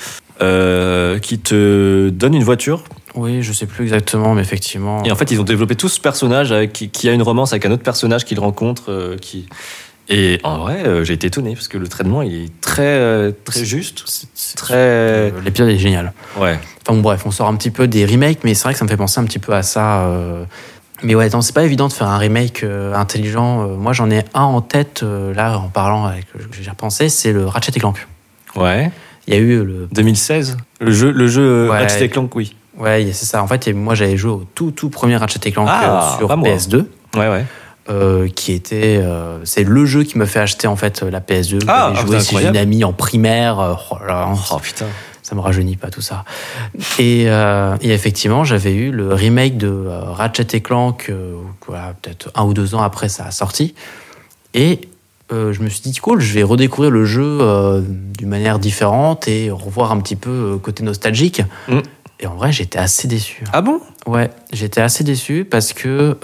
qui te donne une voiture. Oui, je sais plus exactement, mais effectivement. Et en fait, ils ont développé tout ce personnage qui a une romance avec un autre personnage qu'ils rencontrent. Et en vrai, j'ai été étonné parce que le traitement il est très très juste. L'épisode est génial. Ouais. Enfin bon, bref, on sort un petit peu des remakes, mais c'est vrai que ça me fait penser un petit peu à ça. Mais ouais, non, c'est pas évident de faire un remake intelligent. Moi, j'en ai un en tête là en parlant avec que j'ai repensé, c'est le Ratchet & Clank. Ouais. Il y a eu le 2016. Le jeu Ratchet & Clank, oui. Ouais, c'est ça. En fait, moi, j'avais joué au tout premier Ratchet & Clank sur pas moi. PS2. Ouais. Qui était c'est le jeu qui me fait acheter en fait la PS2. Ah, j'avais joué chez une amie en primaire. Oh putain. Ça me rajeunit pas tout ça. Et effectivement, j'avais eu le remake de Ratchet & Clank peut-être 1 ou 2 ans après sa sortie. Et je me suis dit cool, je vais redécouvrir le jeu d'une manière différente et revoir un petit peu côté nostalgique. Et en vrai, j'étais assez déçu. Ah bon ? Ouais, j'étais assez déçu parce que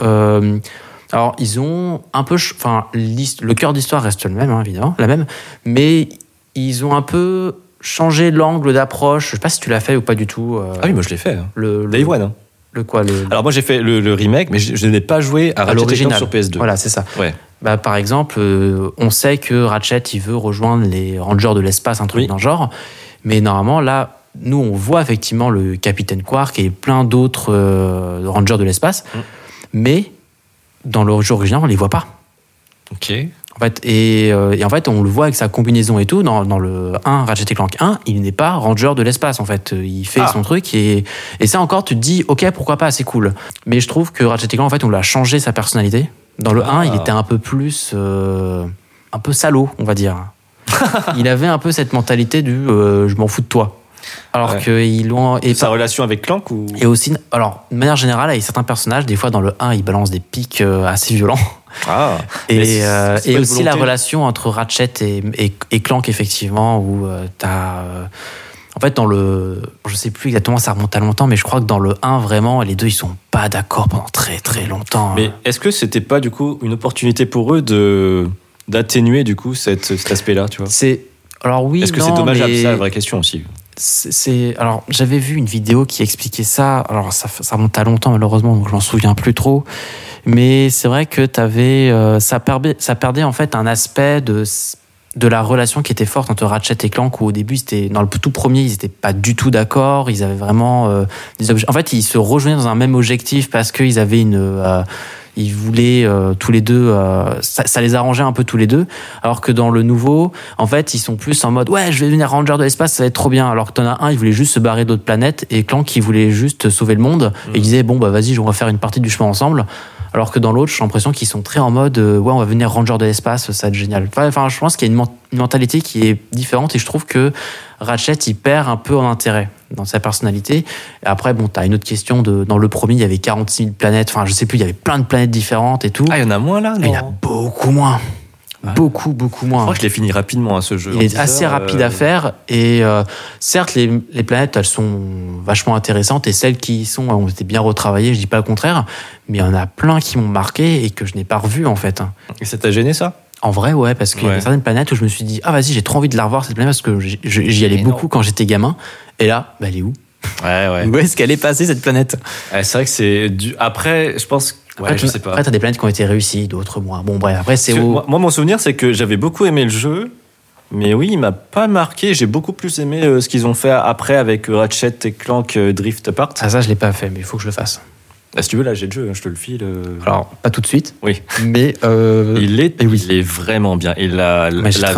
alors ils ont un peu, le cœur d'histoire reste le même, hein, évidemment, la même, mais ils ont un peu changé l'angle d'approche. Je sais pas si tu l'as fait ou pas du tout. Ah oui, moi je l'ai fait. Day One. Hein. Le quoi Alors moi j'ai fait le remake, mais je n'ai pas joué à Ratchet & Clank sur PS2. Voilà, c'est ça. Ouais. Bah, par exemple, on sait que Ratchet il veut rejoindre les Rangers de l'espace, un truc dans le genre, mais normalement là. Nous, on voit effectivement le Capitaine Quark et plein d'autres Rangers de l'espace, mais dans le jeu original, on les voit pas. Ok. En fait, et en fait, on le voit avec sa combinaison et tout. Dans le 1, Ratchet & Clank 1, il n'est pas Ranger de l'espace, en fait. Il fait son truc et ça encore, tu te dis, ok, pourquoi pas, c'est cool. Mais je trouve que Ratchet & Clank, en fait, on lui a changé sa personnalité. Dans le 1, il était un peu plus... un peu salaud, on va dire. Il avait un peu cette mentalité du je m'en fous de toi. Alors qu'ils l'ont. Et sa relation avec Clank ou. Et aussi, alors, de manière générale, avec certains personnages, des fois dans le 1, ils balancent des pics assez violents. Ah. Et aussi la relation entre Ratchet et Clank, effectivement, où t'as. En fait, dans le. Je sais plus exactement, ça remonte à longtemps, mais je crois que dans le 1, vraiment, les deux, ils sont pas d'accord pendant très très longtemps. Mais est-ce que c'était pas, du coup, une opportunité pour eux d'atténuer, du coup, cet aspect-là, tu vois ? Alors oui, est-ce que c'est dommageable ? C'est ça la vraie question aussi. Alors, j'avais vu une vidéo qui expliquait ça. Alors, ça remonte à longtemps, malheureusement, donc je m'en souviens plus trop. Mais c'est vrai que ça perdait en fait un aspect de la relation qui était forte entre Ratchet et Clank, où au début, dans le tout premier, ils n'étaient pas du tout d'accord. Ils avaient vraiment des objets. En fait, ils se rejoignaient dans un même objectif parce qu'ils avaient ils voulaient tous les deux, ça les arrangeait un peu tous les deux, alors que dans le nouveau, en fait, ils sont plus en mode ouais, je vais devenir Ranger de l'espace, ça va être trop bien. Alors que t'en as un, il voulait juste se barrer d'autres planètes, et Clank, il voulait juste sauver le monde, et il disait bon bah vas-y, on va faire une partie du chemin ensemble. Alors que dans l'autre, j'ai l'impression qu'ils sont très en mode ouais, on va venir Ranger de l'espace, ça va être génial. Enfin, je pense qu'il y a une mentalité qui est différente, et je trouve que Ratchet, il perd un peu en intérêt dans sa personnalité. Et après, bon, t'as une autre question dans le premier, il y avait 46 000 planètes, enfin, je sais plus, il y avait plein de planètes différentes et tout. Ah, il y en a moins là, non ? Il y en a beaucoup moins. Ouais. Beaucoup moins. Je crois que je l'ai fini rapidement à ce jeu. Il est assez rapide à faire, et certes, les planètes, elles sont vachement intéressantes, et celles qui ont été bien retravaillées, je dis pas le contraire, mais il y en a plein qui m'ont marqué et que je n'ai pas revu en fait. Et ça t'a gêné, ça ? En vrai, ouais, parce qu'il y a certaines planètes où je me suis dit, ah vas-y, j'ai trop envie de la revoir cette planète, parce que j'y allais beaucoup quand j'étais gamin. Et là, bah, elle est où ? Ouais. Où est-ce qu'elle est passée, cette planète ? C'est vrai que c'est après, je pense. Ouais, je sais pas. Après, t'as des planètes qui ont été réussies, d'autres moins. Bon, bref, après, c'est moi, mon souvenir, c'est que j'avais beaucoup aimé le jeu, mais oui, il m'a pas marqué. J'ai beaucoup plus aimé ce qu'ils ont fait après avec Ratchet et Clank Drift Apart. Ah, ça, je l'ai pas fait, mais il faut que je le fasse. Si tu veux, là, j'ai le jeu, je te le file. Alors, pas tout de suite. Oui. Mais. Il est vraiment bien. Et la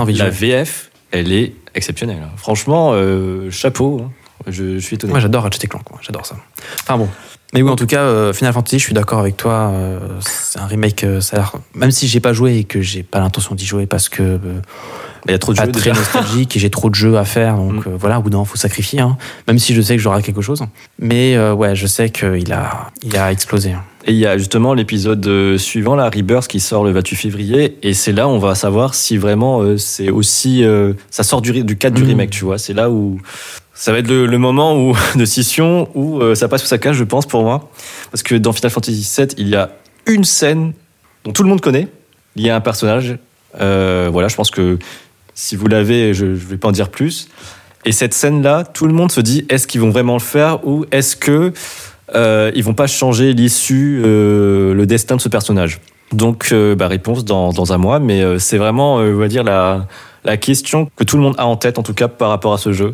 VF, elle est exceptionnelle. Franchement, chapeau. Je suis étonné. Moi, j'adore Ratchet & Clank. J'adore ça. Enfin bon. Mais oui, en tout cas, Final Fantasy, je suis d'accord avec toi. C'est un remake, ça a l'air... Même si j'ai pas joué et que j'ai pas l'intention d'y jouer parce que il y a trop de jeux très nostalgique et j'ai trop de jeux à faire, donc voilà, au bout d'un moment, faut sacrifier. Hein. Même si je sais que j'aurai quelque chose. Mais ouais, je sais qu'il a explosé. Et il y a justement l'épisode suivant, la Rebirth, qui sort le 28 février. Et c'est là où on va savoir si vraiment c'est aussi... ça sort du cadre du remake, tu vois. C'est là où... Ça va être le moment de scission où ça passe sous sa cage, je pense, pour moi. Parce que dans Final Fantasy VII, il y a une scène dont tout le monde connaît. Il y a un personnage. Voilà, je pense que si vous l'avez, je ne vais pas en dire plus. Et cette scène-là, tout le monde se dit, est-ce qu'ils vont vraiment le faire ou est-ce que ils vont pas changer l'issue, le destin de ce personnage ? Donc, réponse dans un mois. Mais c'est vraiment, on va dire, la question que tout le monde a en tête, en tout cas, par rapport à ce jeu.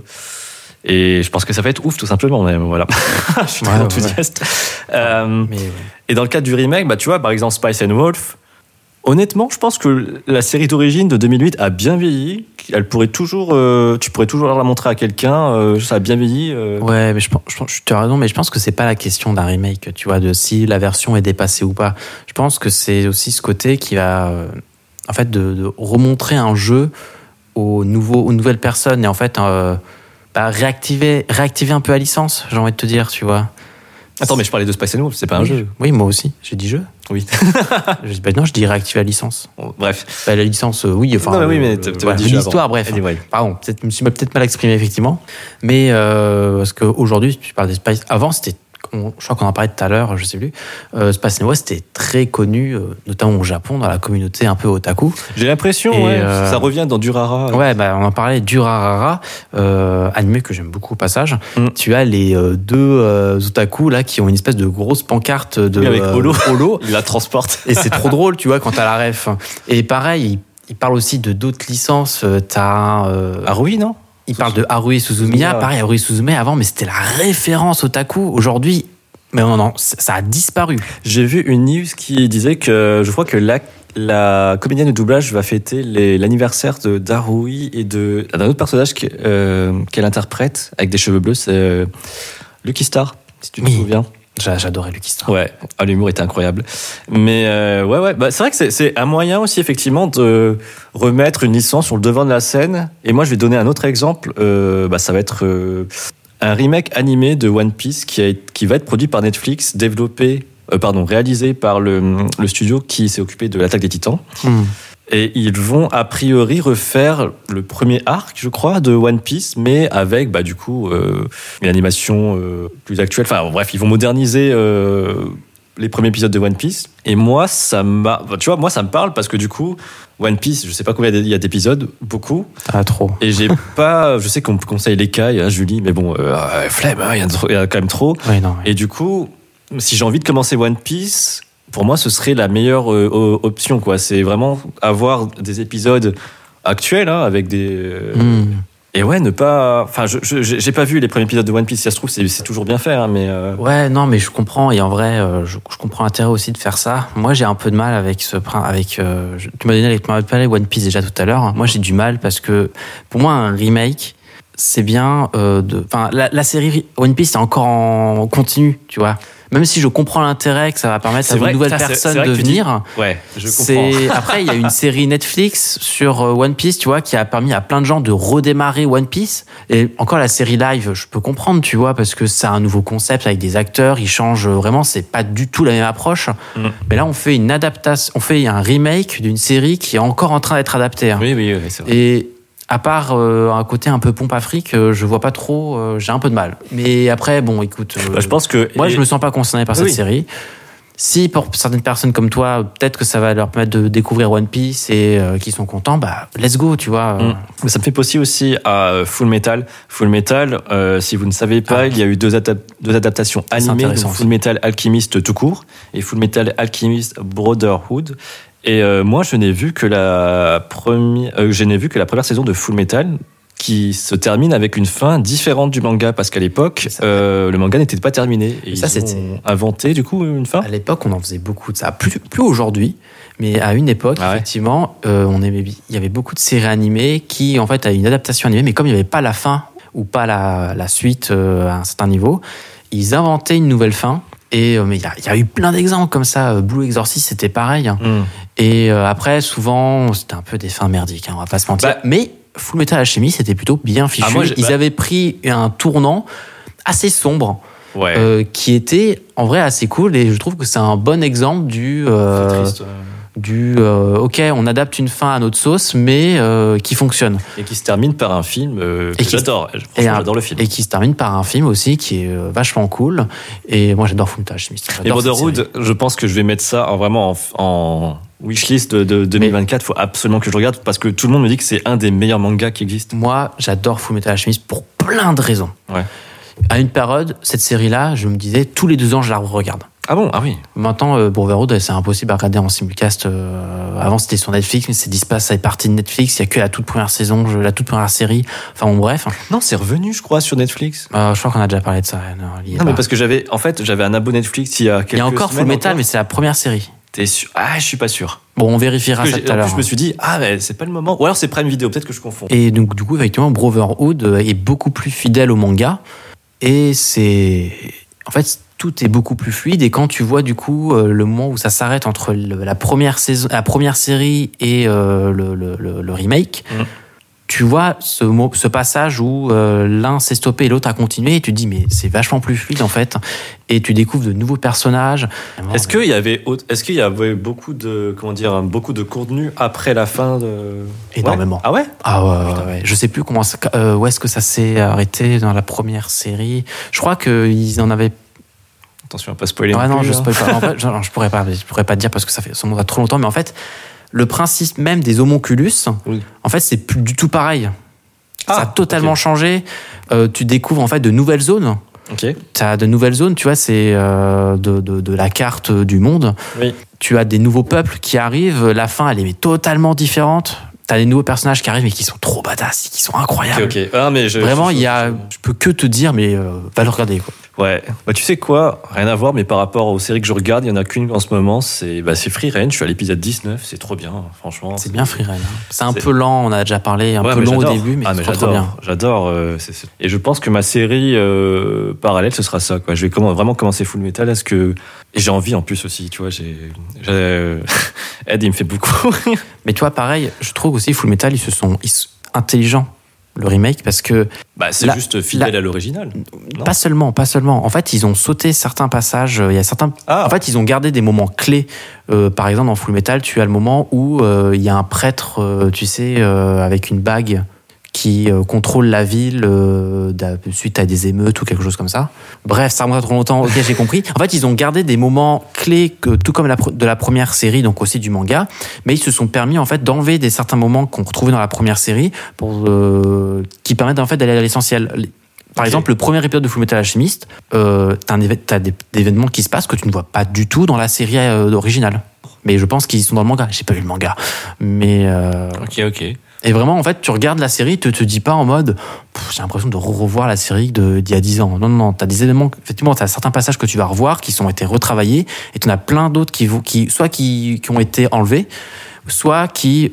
Et je pense que ça va être ouf, tout simplement. Mais voilà. Je suis très enthousiaste. Et dans le cadre du remake, tu vois, par exemple, Spice and Wolf, Honnêtement, je pense que la série d'origine de 2008 a bien vieilli. Elle pourrait toujours, tu pourrais toujours la montrer à quelqu'un. Ça a bien vieilli. Ouais, mais tu as raison, mais je pense que c'est pas la question d'un remake, tu vois, de si la version est dépassée ou pas. Je pense que c'est aussi ce côté qui va, en fait, de remontrer un jeu aux nouvelles personnes et en fait, réactiver un peu la licence, j'ai envie de te dire, tu vois. Attends, mais je parlais de Spice and Wolf, c'est pas un jeu. Oui, moi aussi. J'ai dit jeu. Oui. Non, je dis réactiver la licence. Bon, bref. La licence, oui. Enfin, non, mais oui, mais t'as dit l'histoire, bref. Anyway. Pardon, je me suis peut-être mal exprimé, effectivement. Mais parce qu'aujourd'hui, tu parles de Spice. Avant, c'était. Je crois qu'on en parlait tout à l'heure, je sais plus. Spice and Wolf, c'était très connu, notamment au Japon, dans la communauté un peu otaku. J'ai l'impression, ça revient dans Durara. Ouais, on en parlait, Durarara, animé que j'aime beaucoup au passage. Tu as les deux otaku là qui ont une espèce de grosse pancarte de avec Holo. Il la transporte. Et c'est trop drôle, tu vois, quand t'as la ref. Et pareil, il parle aussi de d'autres licences. T'as Haruhi, non? Il parle de Haruhi Suzumiya. Pareil, Haruhi Suzumiya avant, mais c'était la référence otaku. Aujourd'hui, mais non, ça a disparu. J'ai vu une news qui disait que je crois que la comédienne de doublage va fêter l'anniversaire d'Haruhi et d'un autre personnage qu'elle interprète avec des cheveux bleus, c'est Lucky Star, si tu te souviens. J'adorais Lucky Star. Ouais, l'humour était incroyable. Mais ouais, c'est vrai que c'est un moyen aussi effectivement de remettre une licence sur le devant de la scène. Et moi, je vais donner un autre exemple. Ça va être un remake animé de One Piece qui va être produit par Netflix, réalisé par le studio qui s'est occupé de l'Attaque des Titans. Et ils vont a priori refaire le premier arc, je crois, de One Piece, mais avec du coup une animation plus actuelle. Enfin bref, ils vont moderniser les premiers épisodes de One Piece. Et moi, ça me parle parce que du coup, One Piece, je sais pas combien il y a d'épisodes, beaucoup. Ah, trop. Et je sais qu'on me conseille les cailles, hein, Julie, mais bon, flemme, il y a quand même trop. Oui, non. Et du coup, si j'ai envie de commencer One Piece, pour moi, ce serait la meilleure option, quoi. C'est vraiment avoir des épisodes actuels, hein, avec des. Et ouais, ne pas. Enfin, j'ai pas vu les premiers épisodes de One Piece. Si ça se trouve, c'est toujours bien fait, hein, mais. Ouais, non, mais je comprends. Et en vrai, je comprends l'intérêt aussi de faire ça. Moi, j'ai un peu de mal avec tu m'as parlé One Piece déjà tout à l'heure. Moi, j'ai du mal parce que pour moi, un remake, c'est bien. La série One Piece est encore en continu, tu vois. Même si je comprends l'intérêt que ça va permettre à une nouvelle personne de venir. Ouais, je comprends. Après, il y a une série Netflix sur One Piece, tu vois, qui a permis à plein de gens de redémarrer One Piece. Et encore la série live, je peux comprendre, tu vois, parce que c'est un nouveau concept avec des acteurs, ils changent vraiment, c'est pas du tout la même approche. Mais là, on fait une adaptation, on fait un remake d'une série qui est encore en train d'être adaptée. Hein. Oui, c'est vrai. Et à part un côté un peu pompe à fric, je vois pas trop, j'ai un peu de mal. Mais après, bon, écoute, je pense que moi, je me sens pas concerné par cette série. Si pour certaines personnes comme toi, peut-être que ça va leur permettre de découvrir One Piece et qu'ils sont contents, let's go, tu vois. Mais ça me fait penser aussi à Full Metal. Full Metal, si vous ne savez pas, il y a eu deux adaptations animées, donc Full Metal Alchemist tout court et Full Metal Alchemist Brotherhood. Et moi, je n'ai vu que la première saison de Full Metal qui se termine avec une fin différente du manga parce qu'à l'époque, le manga n'était pas terminé. Et ils ont inventé du coup une fin. À l'époque, on en faisait beaucoup de ça. Plus aujourd'hui, mais à une époque, effectivement, il y avait beaucoup de séries animées qui, en fait, avaient une adaptation animée, mais comme il n'y avait pas la fin ou pas la suite à un certain niveau, ils inventaient une nouvelle fin. Et mais il y a eu plein d'exemples comme ça. Blue Exorcist, c'était pareil. Et après, souvent, c'était un peu des fins merdiques. Hein, on va pas se mentir. Mais Full Metal Alchemist, c'était plutôt bien fichu. Ils avaient pris un tournant assez sombre, qui était en vrai assez cool. Et je trouve que c'est un bon exemple ok, on adapte une fin à notre sauce, mais qui fonctionne. Et qui se termine par un film que j'adore. J'adore le film. Et qui se termine par un film aussi qui est vachement cool. Et moi, j'adore Full Metal Alchemist. Et Brotherhood, je pense que je vais mettre ça en wishlist de 2024. Il faut absolument que je regarde parce que tout le monde me dit que c'est un des meilleurs mangas qui existent. Moi, j'adore Full Metal Alchemist pour plein de raisons. Ouais. À une période, cette série-là, je me disais, tous les 2 ans, je la regarde. Ah bon? Ah oui. Maintenant, Brotherhood, c'est impossible à regarder en simulcast. Avant, c'était sur Netflix, mais c'est disparu, ça est parti de Netflix. Il y a que la toute première saison, la toute première série. Enfin, bon, bref. Non, c'est revenu, je crois, sur Netflix. Je crois qu'on a déjà parlé de ça. Non, mais parce que j'avais un abonné Netflix il y a quelques semaines. Il y a encore Full Metal, mais c'est la première série. T'es sûr? Ah, je suis pas sûr. Bon, on vérifiera ça tout à l'heure. Je me suis dit, mais c'est pas le moment. Ou alors c'est Prime Video, peut-être que je confonds. Et donc, du coup, effectivement, Brotherhood est beaucoup plus fidèle au manga. Et en fait, tout est beaucoup plus fluide. Et quand tu vois, du coup, le moment où ça s'arrête entre la première série et le remake, tu vois ce passage où l'un s'est stoppé et l'autre a continué, et tu te dis, mais c'est vachement plus fluide, en fait. Et tu découvres de nouveaux personnages. Est-ce qu'il y avait beaucoup de contenu après la fin de... Énormément. Ouais. Ah ouais. Je sais plus où est-ce que ça s'est arrêté dans la première série. Je crois qu'ils en avaient... Attention à pas spoiler. Ouais, non, je spoil pas. En fait, je pourrais pas te dire parce que ça monte à trop longtemps, mais en fait, le principe même des homonculus, en fait, c'est plus du tout pareil. Ça a totalement changé. Tu découvres en fait de nouvelles zones. T'as de nouvelles zones, tu vois, c'est de la carte du monde. Oui. Tu as des nouveaux peuples qui arrivent. La fin, elle est totalement différente. T'as des nouveaux personnages qui arrivent et qui sont trop badass, qui sont incroyables. Ok. Ah, mais vraiment, je peux que te dire, mais va le regarder, quoi. Ouais. Bah, tu sais quoi? Rien à voir, mais par rapport aux séries que je regarde, il y en a qu'une en ce moment, c'est Free Reign. Je suis à l'épisode 19, c'est trop bien, franchement. C'est bien Free Reign. C'est un peu lent, on a déjà parlé, peu long au début, mais c'est trop bien. J'adore. Et je pense que ma série parallèle, ce sera ça, quoi. Je vais vraiment commencer Full Metal, et j'ai envie en plus aussi, tu vois. Ed, il me fait beaucoup rire. Mais tu vois, pareil, je trouve aussi Full Metal, ils sont intelligents. Le remake, parce que... c'est juste fidèle à l'original. Pas seulement. En fait, ils ont sauté certains passages. Il y a certains... En fait, ils ont gardé des moments clés. Par exemple, dans Full Metal, tu as le moment où il y a un prêtre, tu sais, avec une bague qui contrôle la ville suite à des émeutes ou quelque chose comme ça. Bref, ça remonte à trop longtemps. Ok, j'ai compris. En fait, ils ont gardé des moments clés, tout comme de la première série, donc aussi du manga, mais ils se sont permis en fait d'enlever certains moments qu'on retrouvait dans la première série qui permettent en fait d'aller à l'essentiel. Par exemple, le premier épisode de Fullmetal Alchemist, t'as des événements qui se passent que tu ne vois pas du tout dans la série originale. Mais je pense qu'ils sont dans le manga. J'ai pas lu le manga, mais Ok. Et vraiment, en fait, tu regardes la série, tu te dis pas en mode j'ai l'impression de revoir la série d'il y a 10 ans. Non, t'as des éléments, effectivement, t'as certains passages que tu vas revoir qui ont été retravaillés, et t'en as plein d'autres qui ont été enlevés, soit qui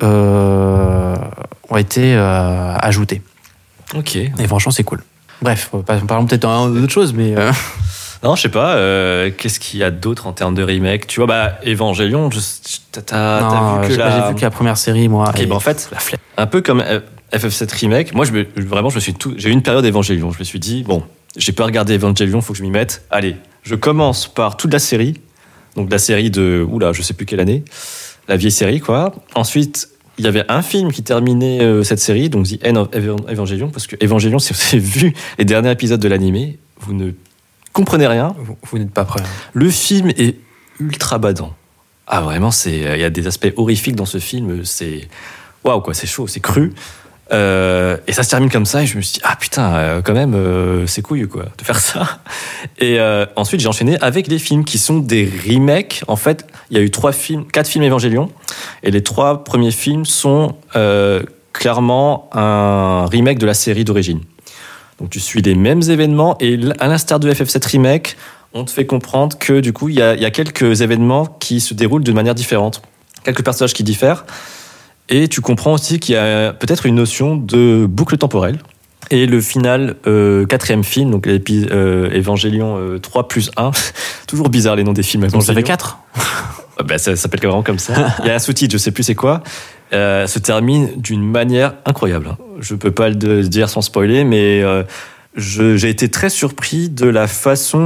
ont été ajoutés. Ok. Et franchement, c'est cool. Bref, parlons peut-être d'autre chose, mais... Non, je sais pas. Qu'est-ce qu'il y a d'autre en termes de remake? Tu vois, Evangelion, t'as vu que j'ai vu que la première série, moi. Ok, en fait, un peu comme FF7 Remake, moi, j'ai eu une période Evangelion. Je me suis dit, bon, j'ai pas regardé Evangelion, faut que je m'y mette. Allez, je commence par toute la série. Donc, la série de, je sais plus quelle année. La vieille série, quoi. Ensuite, il y avait un film qui terminait cette série, donc The End of Evangelion, parce que Evangelion, si vous avez vu les derniers épisodes de l'animé, vous ne comprenez rien. Vous n'êtes pas prêt. Le film est ultra badant. Ah, vraiment, il y a des aspects horrifiques dans ce film. C'est waouh, quoi, c'est chaud, c'est cru. Et ça se termine comme ça, et je me suis dit, putain, quand même, c'est couillu, quoi, de faire ça. Et ensuite, j'ai enchaîné avec les films qui sont des remakes. En fait, il y a eu 4 films Evangelion, et les 3 premiers films sont clairement un remake de la série d'origine. Donc tu suis les mêmes événements, et à l'instar de FF7 Remake, on te fait comprendre que du coup il y a quelques événements qui se déroulent de manière différente, quelques personnages qui diffèrent, et tu comprends aussi qu'il y a peut-être une notion de boucle temporelle. Et le final, 4e film, donc Evangelion 3+1, toujours bizarre les noms des films. Donc ça fait 4. Ça s'appelle vraiment comme ça. Il y a un sous-titre, je sais plus c'est quoi. Se termine d'une manière incroyable. Je peux pas le dire sans spoiler, mais j'ai été très surpris de la façon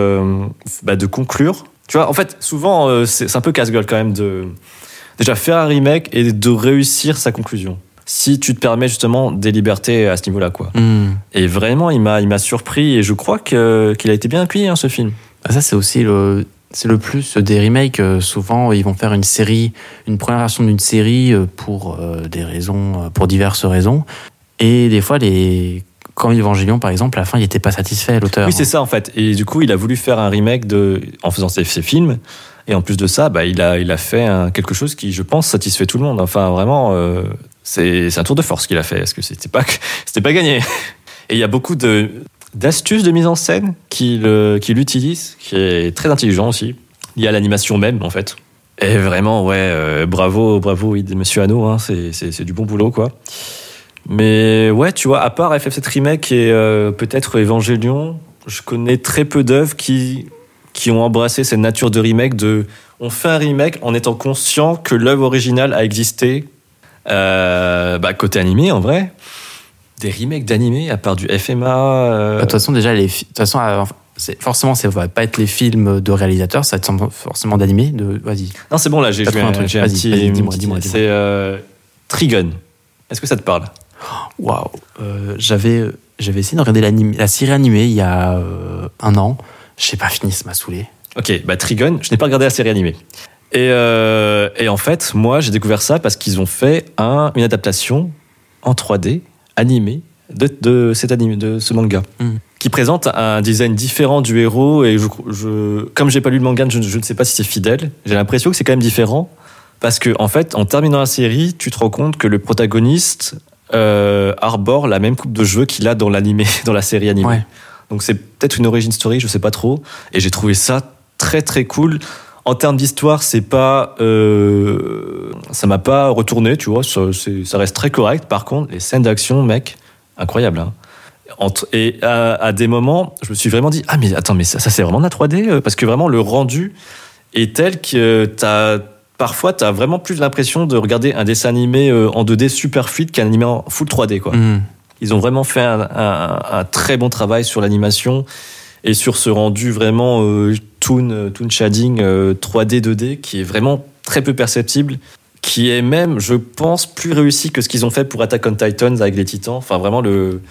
de conclure. Tu vois, en fait, souvent, c'est un peu casse-gueule quand même de déjà faire un remake et de réussir sa conclusion. Si tu te permets justement des libertés à ce niveau-là, quoi. Et vraiment, il m'a surpris, et je crois qu'il a été bien accueilli, ce film. Ça, c'est aussi c'est le plus des remakes. Souvent, ils vont faire une première version d'une série pour diverses raisons. Et des fois, comme Evangelion, par exemple, à la fin, il n'était pas satisfait, l'auteur. Oui, c'est ça, en fait. Et du coup, il a voulu faire un remake en faisant ses films. Et en plus de ça, il a fait quelque chose qui, je pense, satisfait tout le monde. Enfin, vraiment, c'est un tour de force qu'il a fait. Parce que c'était pas gagné. Et il y a beaucoup d'astuces de mise en scène qu'il utilise, qui est très intelligent aussi. Il y a l'animation même, en fait. Et vraiment, ouais, bravo, monsieur Hano, hein, c'est du bon boulot, quoi. Mais ouais, tu vois, à part FF7 Remake et peut-être Evangelion, je connais très peu d'œuvres qui ont embrassé cette nature de remake on fait un remake en étant conscient que l'œuvre originale a existé. Côté animé, en vrai, des remakes d'animé, à part du FMA... De toute façon, déjà, forcément, ça va pas être les films de réalisateurs, ça va être forcément d'animé. Vas-y. Non, c'est bon, là, j'ai joué un truc. Vas-y, dis-moi. C'est Trigun. Est-ce que ça te parle? Waouh. J'avais essayé de regarder la série animée il y a 1 an. Je n'ai pas fini, ça m'a saoulé. Ok, Trigun, je n'ai pas regardé la série animée. Et en fait, moi, j'ai découvert ça parce qu'ils ont fait une adaptation en 3D animée de ce manga, qui présente un design différent du héros. Et comme j'ai pas lu le manga, je ne sais pas si c'est fidèle. J'ai l'impression que c'est quand même différent parce que en fait, en terminant la série, tu te rends compte que le protagoniste arbore la même coupe de cheveux qu'il a dans l'animé, dans la série animée. Ouais. Donc c'est peut-être une origin story, je sais pas trop. Et j'ai trouvé ça très très cool. En termes d'histoire, c'est pas, ça m'a pas retourné, tu vois. Ça reste très correct. Par contre, les scènes d'action, mec, incroyable. Hein. Et à des moments, je me suis vraiment dit, mais attends, mais ça c'est vraiment de la 3D, parce que vraiment le rendu est tel que parfois t'as vraiment plus l'impression de regarder un dessin animé en 2D super fluide qu'un animé en full 3D, quoi. Ils ont vraiment fait un très bon travail sur l'animation et sur ce rendu vraiment toon shading 3D 2D qui est vraiment très peu perceptible, qui est même, je pense, plus réussi que ce qu'ils ont fait pour Attack on Titans avec les Titans. Enfin, vraiment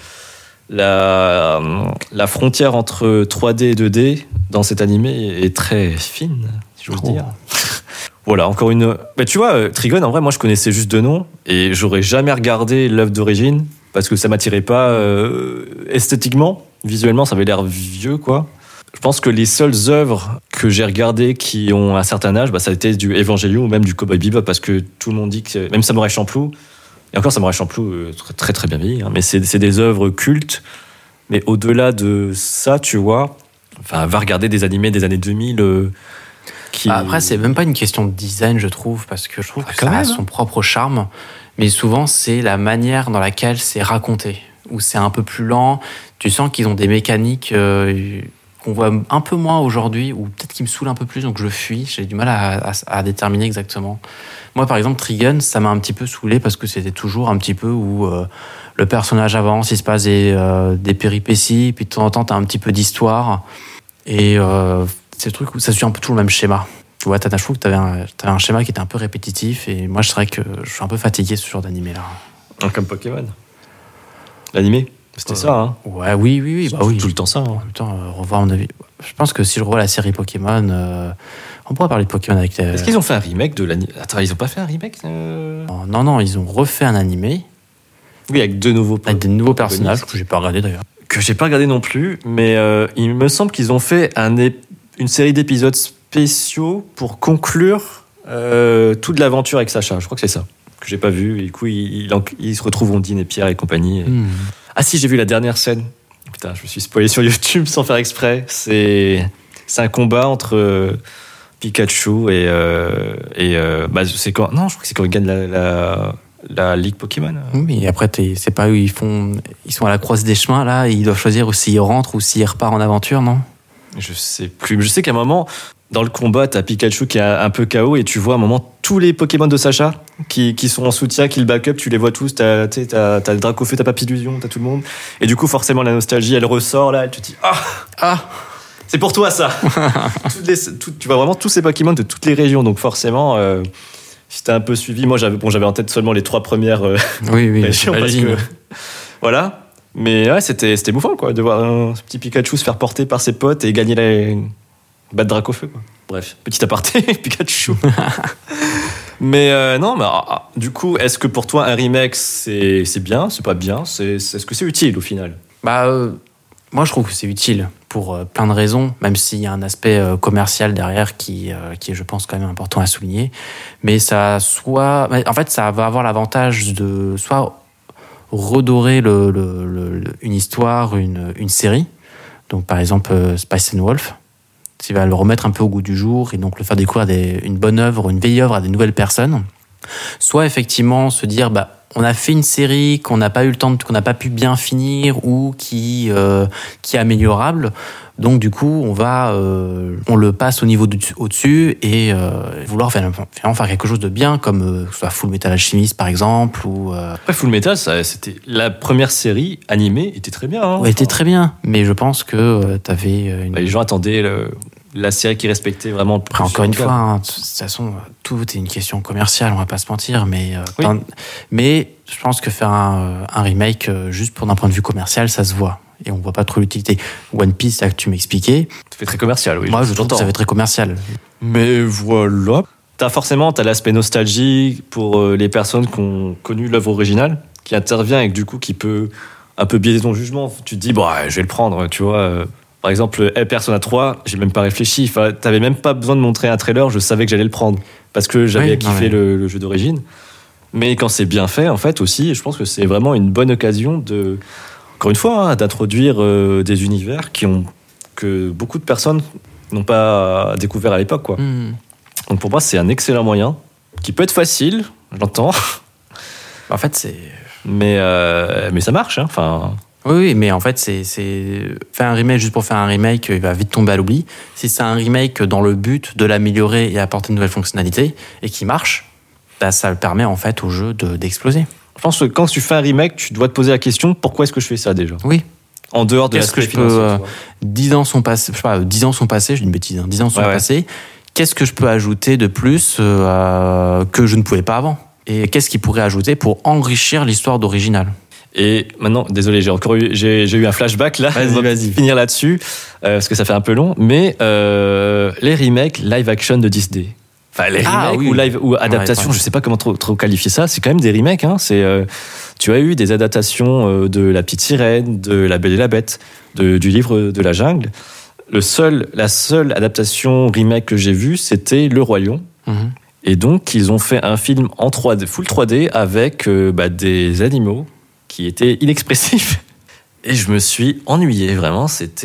la frontière entre 3D et 2D dans cet animé est très fine, si j'ose dire. Voilà, encore une... Mais tu vois, Trigun, en vrai, moi, je connaissais juste de nom et j'aurais jamais regardé l'œuvre d'origine parce que ça m'attirait pas esthétiquement. Visuellement, ça avait l'air vieux, quoi. Je pense que les seules œuvres que j'ai regardées qui ont un certain âge, ça a été du Evangelion ou même du Cowboy Bebop, parce que tout le monde dit que... Même Samurai Champloo, et encore Samurai Champloo, très très bien vieilli, hein, mais c'est des œuvres cultes. Mais au-delà de ça, tu vois, va regarder des animés des années 2000... Après, c'est même pas une question de design, je trouve, parce que je trouve que ça a son propre charme, mais souvent, c'est la manière dans laquelle c'est raconté, où c'est un peu plus lent. Tu sens qu'ils ont des mécaniques qu'on voit un peu moins aujourd'hui, ou peut-être qu'ils me saoulent un peu plus, donc je fuis. J'ai du mal à déterminer exactement. Moi, par exemple, Trigun, ça m'a un petit peu saoulé parce que c'était toujours un petit peu où le personnage avance, il se passe des péripéties, puis de temps en temps, t'as un petit peu d'histoire. Et c'est le truc où ça suit un peu tout le même schéma. Tu vois, je trouve que t'avais un schéma qui était un peu répétitif, et moi, je dirais que je suis un peu fatigué de ce genre d'animé-là. Comme Pokémon. L'animé, c'était ça, hein. Ouais, oui. Tout le temps ça. Hein. En même temps, revoir mon avis. Je pense que si je revois la série Pokémon, on pourrait parler de Pokémon avec... Est-ce qu'ils ont fait un remake de l'animé? Attends, ils ont pas fait un remake Non, ils ont refait un animé. Oui, avec des nouveaux personnages que j'ai pas regardé d'ailleurs. Que j'ai pas regardé non plus, mais il me semble qu'ils ont fait une série d'épisodes spéciaux pour conclure toute l'aventure avec Sacha. Je crois que c'est ça, que j'ai pas vu. Et du coup, ils se retrouvent Ondine et Pierre et compagnie. Ah si, j'ai vu la dernière scène. Putain, je me suis spoilé sur YouTube sans faire exprès. C'est un combat entre Pikachu et c'est quand... Non, je crois que c'est quand ils gagnent la Ligue Pokémon. Oui, et après, c'est pas eux, ils sont à la croise des chemins, là, et ils doivent choisir ou s'ils rentrent ou s'ils repartent en aventure, non? Je sais plus. Je sais qu'à un moment, dans le combat, t'as Pikachu qui est un peu KO et tu vois à un moment tous les Pokémon de Sacha qui sont en soutien, qui le back-up, tu les vois tous. T'as le Dracofeu, t'as Papillusion, t'as tout le monde. Et du coup, forcément, la nostalgie, elle ressort là, et tu te dis c'est pour toi ça. Tu vois vraiment tous ces Pokémon de toutes les régions, donc forcément. Si t'as un peu suivi, moi j'avais en tête seulement les 3 premières régions parce que voilà. Mais ouais, c'était bouffant quoi, de voir un petit Pikachu se faire porter par ses potes et gagner battre Dracofeu quoi. Bref, petit aparté, Pikachu. Mais non, du coup, est-ce que pour toi un remake c'est bien, c'est pas bien, est-ce que c'est utile au final? Moi, je trouve que c'est utile pour plein de raisons, même s'il y a un aspect commercial derrière qui est, je pense, quand même important à souligner. Mais en fait, ça va avoir l'avantage de soit redorer une histoire, une série. Donc, par exemple, Spice and Wolf, qui va le remettre un peu au goût du jour et donc le faire découvrir une bonne œuvre, une vieille œuvre à des nouvelles personnes. Soit effectivement se dire, on a fait une série qu'on n'a pas eu le temps, qu'on n'a pas pu bien finir ou qui est améliorable. Donc du coup, on le passe au niveau au-dessus et vouloir vraiment faire quelque chose de bien, comme que ce soit Full Metal Alchemist par exemple. Ou Après, Full Metal, c'était la première série animée, était très bien. Ouais, était très bien, mais je pense que t'avais les gens attendaient la série qui respectait vraiment le plus. Après, encore une fois, de toute façon, tout est une question commerciale, on va pas se mentir, mais mais je pense que faire un remake juste pour d'un point de vue commercial, ça se voit. Et on voit pas trop l'utilité. One Piece, là que tu m'expliquais. Ça fait très commercial, oui. Moi, je trouve que ça fait très commercial. Mais voilà. T'as l'aspect nostalgie pour les personnes qui ont connu l'œuvre originale, qui intervient et du coup qui peut un peu biaiser ton jugement. Tu te dis, je vais le prendre, tu vois. Par exemple, Persona 3, j'ai même pas réfléchi. Enfin, t'avais même pas besoin de montrer un trailer, je savais que j'allais le prendre. Parce que j'avais kiffé le jeu d'origine. Mais quand c'est bien fait, en fait, aussi, je pense que c'est vraiment une bonne occasion encore une fois, d'introduire des univers que beaucoup de personnes n'ont pas découvert à l'époque, quoi. Donc pour moi, c'est un excellent moyen, qui peut être facile, j'entends. En fait, c'est... Mais ça marche, hein. Enfin... Oui, mais en fait, c'est faire un remake juste pour faire un remake, il va vite tomber à l'oubli. Si c'est un remake dans le but de l'améliorer et apporter de nouvelles fonctionnalités, et qui marche, ça le permet en fait au jeu d'exploser. Je pense que quand tu fais un remake, tu dois te poser la question, pourquoi est-ce que je fais ça déjà ? Oui. En dehors de l'aspect financier. 10 ans sont passés, je sais pas, 10 ans sont passés, je dis une bêtise, 10 ans sont passés. Qu'est-ce que je peux ajouter de plus que je ne pouvais pas avant ? Et qu'est-ce qu'il pourrait ajouter pour enrichir l'histoire d'original ? Et maintenant, désolé, j'ai eu un flashback là. Vas-y. Finir là-dessus, parce que ça fait un peu long. Mais les remakes live action de Disney. Enfin, les remakes ou adaptations, je sais pas comment trop qualifier ça. C'est quand même des remakes. Hein. Tu as eu des adaptations de La Petite Sirène, de La Belle et la Bête, du livre de la jungle. La seule adaptation remake que j'ai vue, c'était Le Roi Lion. Et donc, ils ont fait un film en 3D, full 3D, avec des animaux qui étaient inexpressifs. Et je me suis ennuyé, vraiment.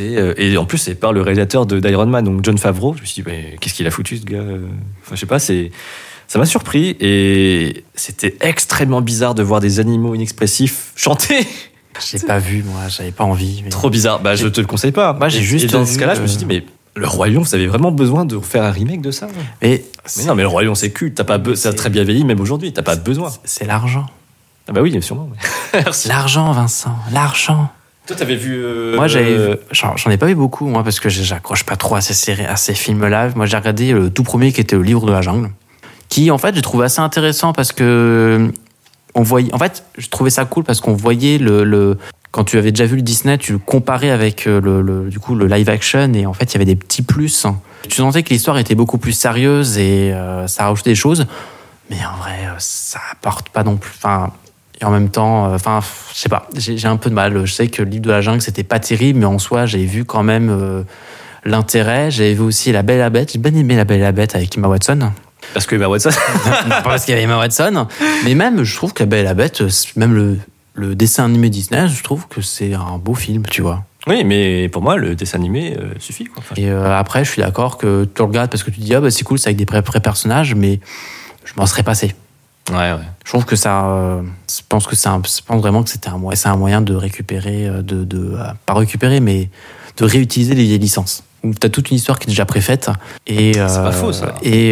Et en plus, c'est par le réalisateur d'Iron Man, donc Jon Favreau. Je me suis dit, mais qu'est-ce qu'il a foutu, ce gars ? Enfin, je sais pas, ça m'a surpris. Et c'était extrêmement bizarre de voir des animaux inexpressifs chanter. J'ai pas vu, moi, j'avais pas envie. Mais... Trop bizarre. Je te le conseille pas. Moi, et dans ce cas-là, je me suis dit, mais Le Roi Lion, vous avez vraiment besoin de faire un remake de ça ? Mais non, mais Le Roi Lion, c'est culte. Ça a très bien vieilli, même aujourd'hui. T'as pas besoin. C'est l'argent. Ah bah oui, sûrement. Merci. L'argent, Vincent, l'argent. Toi, t'avais vu... Moi, j'en ai pas vu beaucoup, moi, parce que j'accroche pas trop à ces séries, à ces films-là. Moi, j'ai regardé le tout premier qui était Le Livre de la Jungle, qui, en fait, j'ai trouvé assez intéressant parce que en fait, je trouvais ça cool parce qu'on voyait quand tu avais déjà vu le Disney, tu le comparais avec du coup le live action et en fait, il y avait des petits plus. Tu sentais que l'histoire était beaucoup plus sérieuse et ça rajoutait des choses, mais en vrai, ça apporte pas non plus. Et en même temps, je sais pas, j'ai un peu de mal. Je sais que Le Livre de la Jungle, c'était pas terrible, mais en soi, j'avais vu quand même l'intérêt. J'avais vu aussi La Belle et la Bête. J'ai bien aimé La Belle et la Bête avec Emma Watson. Parce que Emma Watson non, pas parce qu'il y avait Emma Watson. Mais même, je trouve que La Belle et la Bête, même le dessin animé Disney, je trouve que c'est un beau film, tu vois. Oui, mais pour moi, le dessin animé suffit, quoi. Et après, je suis d'accord que tu le regardes parce que tu te dis, c'est cool, c'est avec des vrais personnages, mais je m'en serais passé. Ouais. Je trouve que ça. Je pense vraiment que c'est un moyen de récupérer, pas récupérer, mais de réutiliser les vieilles licences. Où t'as toute une histoire qui est déjà préfaite et c'est pas faux, ça. Et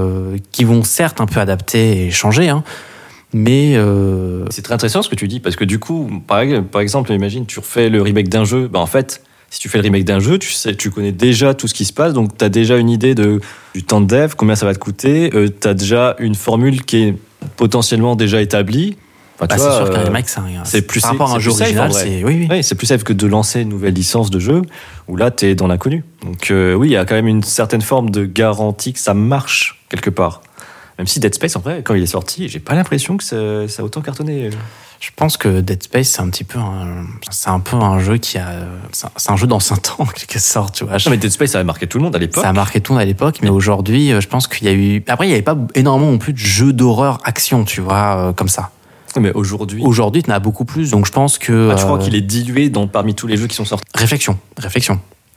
qui vont certes un peu adapter et changer, hein, mais c'est très intéressant ce que tu dis parce que du coup, par exemple, imagine tu refais le remake d'un jeu, en fait. Si tu fais le remake d'un jeu, tu connais déjà tout ce qui se passe, donc tu as déjà une idée du temps de dev, combien ça va te coûter, tu as déjà une formule qui est potentiellement déjà établie. C'est sûr qu'un remake, c'est plus par rapport à un jeu original, oui, c'est plus safe que de lancer une nouvelle licence de jeu où là, tu es dans l'inconnu. Donc oui, il y a quand même une certaine forme de garantie que ça marche quelque part. Même si Dead Space, en vrai, quand il est sorti, j'ai pas l'impression que ça a autant cartonné. Je pense que Dead Space, c'est un peu un jeu c'est un jeu d'ancien temps, en quelque sorte, tu vois. Non, mais Dead Space, ça a marqué tout le monde à l'époque. Ça a marqué tout le monde à l'époque, mais aujourd'hui, je pense qu'il y a eu... Après, il y avait pas énormément non plus de jeux d'horreur action, tu vois, comme ça. Mais aujourd'hui, tu en as beaucoup plus, donc je pense que... tu crois qu'il est dilué parmi tous les jeux qui sont sortis. Réflexion.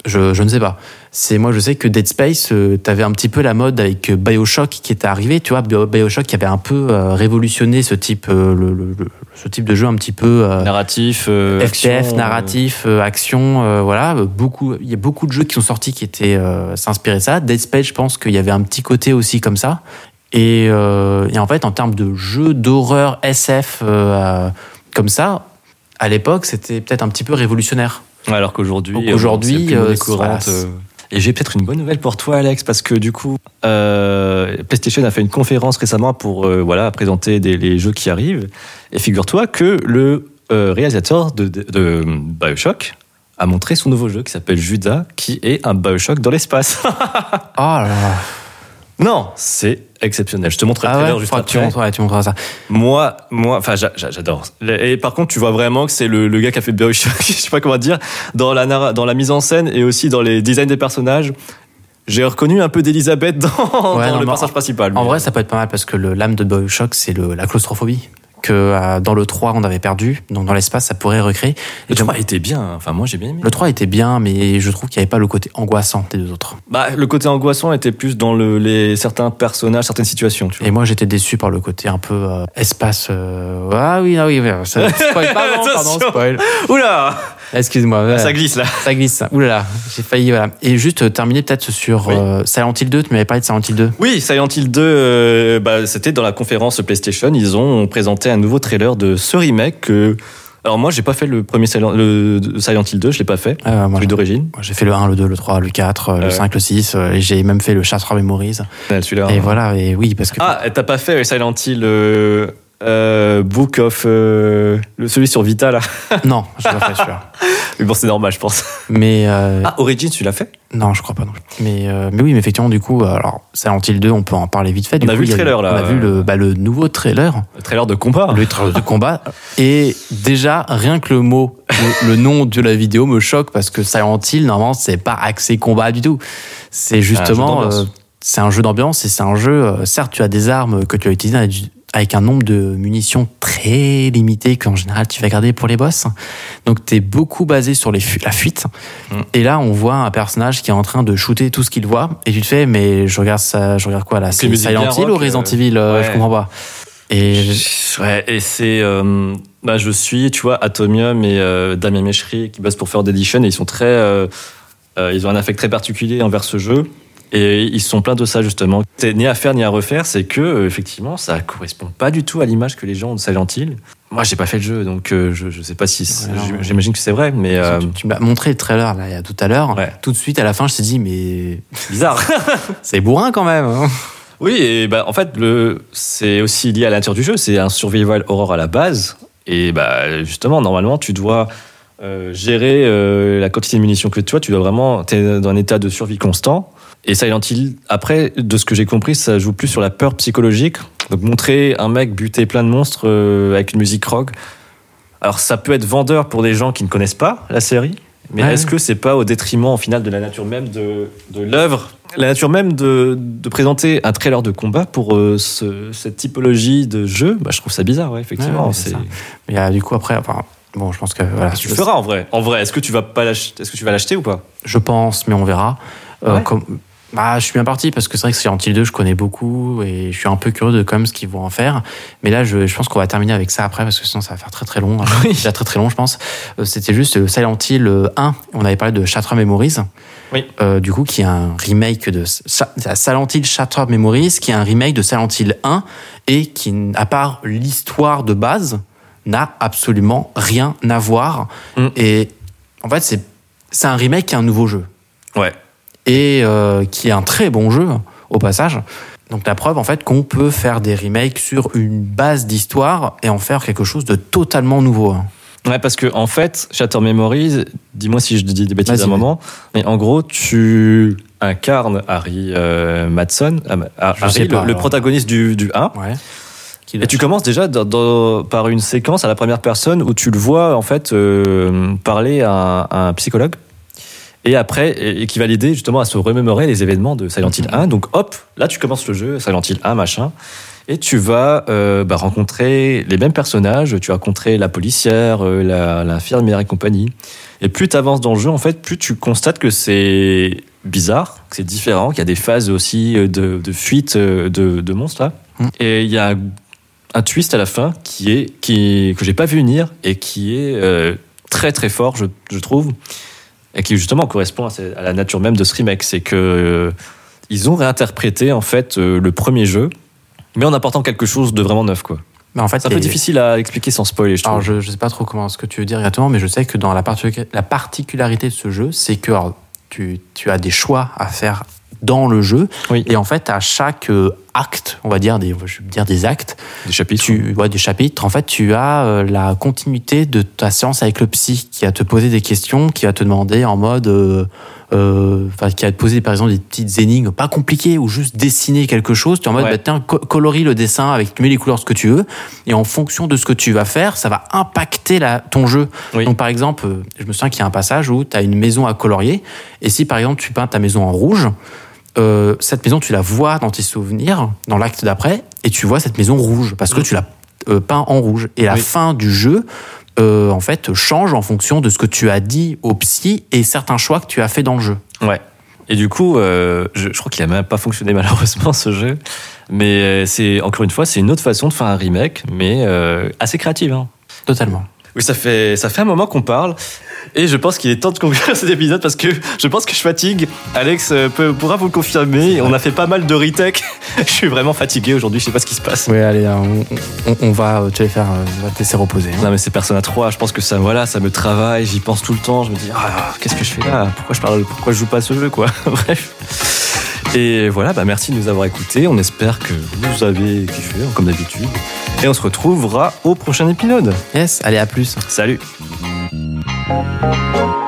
Je ne sais pas. Moi, je sais que Dead Space, t'avais un petit peu la mode avec BioShock qui était arrivé, tu vois, BioShock qui avait un peu révolutionné ce type, ce type de jeu un petit peu narratif, FTF, action, narratif, action, voilà. Il y a beaucoup de jeux qui sont sortis qui étaient s'inspiraient de ça. Dead Space, je pense qu'il y avait un petit côté aussi comme ça. Et en fait, en termes de jeux d'horreur SF comme ça, à l'époque, c'était peut-être un petit peu révolutionnaire. Alors qu'aujourd'hui, c'est monnaie courante. Et j'ai peut-être une bonne nouvelle pour toi, Alex, parce que du coup, PlayStation a fait une conférence récemment pour présenter les jeux qui arrivent. Et figure-toi que le réalisateur de BioShock a montré son nouveau jeu qui s'appelle Judas, qui est un BioShock dans l'espace. Oh là là. Non, c'est exceptionnel. Je te montrerai le trailer juste après. Tu montreras ça. Moi, enfin, j'adore. Et par contre, tu vois vraiment que c'est le gars qui a fait BioShock. Je sais pas comment dire. Dans la mise en scène et aussi dans les designs des personnages, j'ai reconnu un peu d'Elisabeth dans le personnage principal. En vrai, ça peut être pas mal parce que l'âme de BioShock, c'est la claustrophobie. Que dans le 3 on avait perdu, donc dans l'espace ça pourrait recréer. Le 3 était bien, enfin moi j'ai bien aimé. Le 3 était bien, mais je trouve qu'il n'y avait pas le côté angoissant des deux autres. Bah, le côté angoissant était plus dans certains personnages, certaines situations. Tu vois. Et moi j'étais déçu par le côté un peu espace. Ah oui, ça spoil, pardon, spoil. Oula. Excuse-moi. Ça glisse là. Ça glisse. Oulala, j'ai failli, voilà. Et juste terminer peut-être sur Silent Hill 2, tu m'avais parlé de Silent Hill 2. Oui, Silent Hill 2, c'était dans la conférence PlayStation, ils ont présenté un nouveau trailer de ce remake. Alors moi, j'ai pas fait le premier Silent Hill 2, je l'ai pas fait, celui d'origine. Moi, j'ai fait le 1, le 2, le 3, le 4, le 5, le 6, et j'ai même fait le Shattered Memories. Celui-là. Et voilà, et oui, parce que... Ah, t'as pas fait Silent Hill Book of... celui sur Vita, là. Non, je l'ai pas fait celui-là. Mais bon, c'est normal, je pense. Mais Origins, tu l'as fait? Non, je crois pas non plus. Mais oui, mais effectivement, du coup, alors Silent Hill 2, on peut en parler vite fait. On a vu le trailer là. On a vu le nouveau trailer. Le trailer de combat. Le trailer de combat. Et déjà, rien que le mot, le nom de la vidéo me choque parce que Silent Hill, normalement, c'est pas axé combat du tout. C'est justement, c'est un jeu d'ambiance et c'est un jeu. Certes, tu as des armes que tu as utilisées avec un nombre de munitions très limité qu'en général tu vas garder pour les boss. Donc t'es beaucoup basé sur la fuite. Et là, on voit un personnage qui est en train de shooter tout ce qu'il voit. Et tu te fais, mais je regarde quoi là? C'est Silent Hill ou Resident Evil? Je comprends pas. Et c'est... je suis, tu vois, Atomium et Damien Méchery qui bossent pour Third Edition et ils sont ils ont un affect très particulier envers ce jeu. Et ils sont pleins de ça, justement. C'est ni à faire ni à refaire, c'est que, effectivement, ça correspond pas du tout à l'image que les gens ont de Silent Hill. Moi, j'ai pas fait le jeu, donc je sais pas si... J'imagine que c'est vrai, mais... Tu m'as montré le trailer, là, il y a tout à l'heure. Ouais. Tout de suite, à la fin, je t'ai dit, mais... Bizarre. C'est bourrin, quand même. Hein. Oui, et en fait, c'est aussi lié à la nature du jeu. C'est un survival horror à la base. Et justement, normalement, tu dois... gérer la quantité de munitions que tu as. Tu dois vraiment... T'es dans un état de survie constant. Et Silent Hill, après, de ce que j'ai compris, ça joue plus sur la peur psychologique. Donc montrer un mec buter plein de monstres avec une musique rock. Alors ça peut être vendeur pour des gens qui ne connaissent pas la série, mais est-ce que c'est pas au détriment, au final, de la nature même de l'œuvre, la nature même de présenter un trailer de combat pour cette typologie de jeu? Je trouve ça bizarre, effectivement. Ouais, c'est ça. Mais du coup, après... Bon, je pense que... Voilà, tu le feras en vrai. En vrai, est-ce que tu vas l'acheter ou pas? Je pense, mais on verra. Je suis bien parti parce que c'est vrai que Silent Hill 2, je connais beaucoup et je suis un peu curieux de quand même ce qu'ils vont en faire. Mais là, je pense qu'on va terminer avec ça après parce que sinon ça va faire très très long. Déjà très très long, je pense. C'était juste Silent Hill 1. On avait parlé de Shattered Memories. Oui. Du coup, qui est un remake de Silent Hill Shattered Memories, qui est un remake de Silent Hill 1 et qui, à part l'histoire de base, n'a absolument rien à voir. Et en fait, c'est un remake qui est un nouveau jeu. Ouais. Et qui est un très bon jeu, au passage. Donc la preuve, en fait, qu'on peut faire des remakes sur une base d'histoire et en faire quelque chose de totalement nouveau. Ouais, parce que en fait, Shattered Memories, dis-moi si je dis des bêtises à un moment, mais en gros, tu incarnes Harry Madsson, le protagoniste du 1. Ouais. Et tu commences déjà par une séquence à la première personne où tu le vois en fait parler à un psychologue. Et après, et qui va l'aider justement à se remémorer les événements de Silent Hill 1. Donc hop, là tu commences le jeu, Silent Hill 1, machin. Et tu vas rencontrer les mêmes personnages, tu vas rencontrer la policière, l'infirmière et compagnie. Et plus tu avances dans le jeu, en fait, plus tu constates que c'est bizarre, que c'est différent, qu'il y a des phases aussi de fuite de monstres là. Et il y a un twist à la fin que j'ai pas vu venir et qui est très très fort, je trouve, et qui justement correspond à la nature même de ce remake. C'est que ils ont réinterprété en fait le premier jeu, mais en apportant quelque chose de vraiment neuf, quoi. Mais en fait, c'est un peu difficile à expliquer sans spoiler, je trouve. Alors, je sais pas trop ce que tu veux dire exactement, mais je sais que dans la particularité de ce jeu, c'est que tu as des choix à faire dans le jeu. Oui. Et en fait, à chaque acte, on va dire des actes. Des chapitres. Des chapitres. En fait, tu as la continuité de ta séance avec le psy qui va te poser des questions, qui va te demander en mode... qui va te poser par exemple des petites énigmes pas compliquées ou juste dessiner quelque chose. Tu es en mode, tiens, colorie le dessin tu mets les couleurs, ce que tu veux. Et en fonction de ce que tu vas faire, ça va impacter ton jeu. Oui. Donc par exemple, je me souviens qu'il y a un passage où tu as une maison à colorier. Et si par exemple tu peins ta maison en rouge, cette maison, tu la vois dans tes souvenirs, dans l'acte d'après, et tu vois cette maison rouge, parce que tu l'as peint en rouge. Et la fin du jeu, en fait, change en fonction de ce que tu as dit au psy et certains choix que tu as fait dans le jeu. Ouais. Et du coup, je crois qu'il a même pas fonctionné malheureusement, ce jeu. Mais encore une fois, c'est une autre façon de faire un remake, mais assez créative. Hein. Totalement. Oui, ça fait un moment qu'on parle. Et je pense qu'il est temps de conclure cet épisode parce que je pense que je fatigue. Alex pourra vous le confirmer. On a fait pas mal de retech. Je suis vraiment fatigué aujourd'hui. Je sais pas ce qui se passe. Oui, allez, on va te laisser reposer. Hein. Non, mais c'est Persona 3. Je pense que ça me travaille. J'y pense tout le temps. Je me dis, qu'est-ce que je fais là ? Pourquoi je joue pas à ce jeu, quoi ? Bref. Et voilà, merci de nous avoir écoutés. On espère que vous avez kiffé, comme d'habitude. Et on se retrouvera au prochain épisode. Yes, allez, à plus. Salut.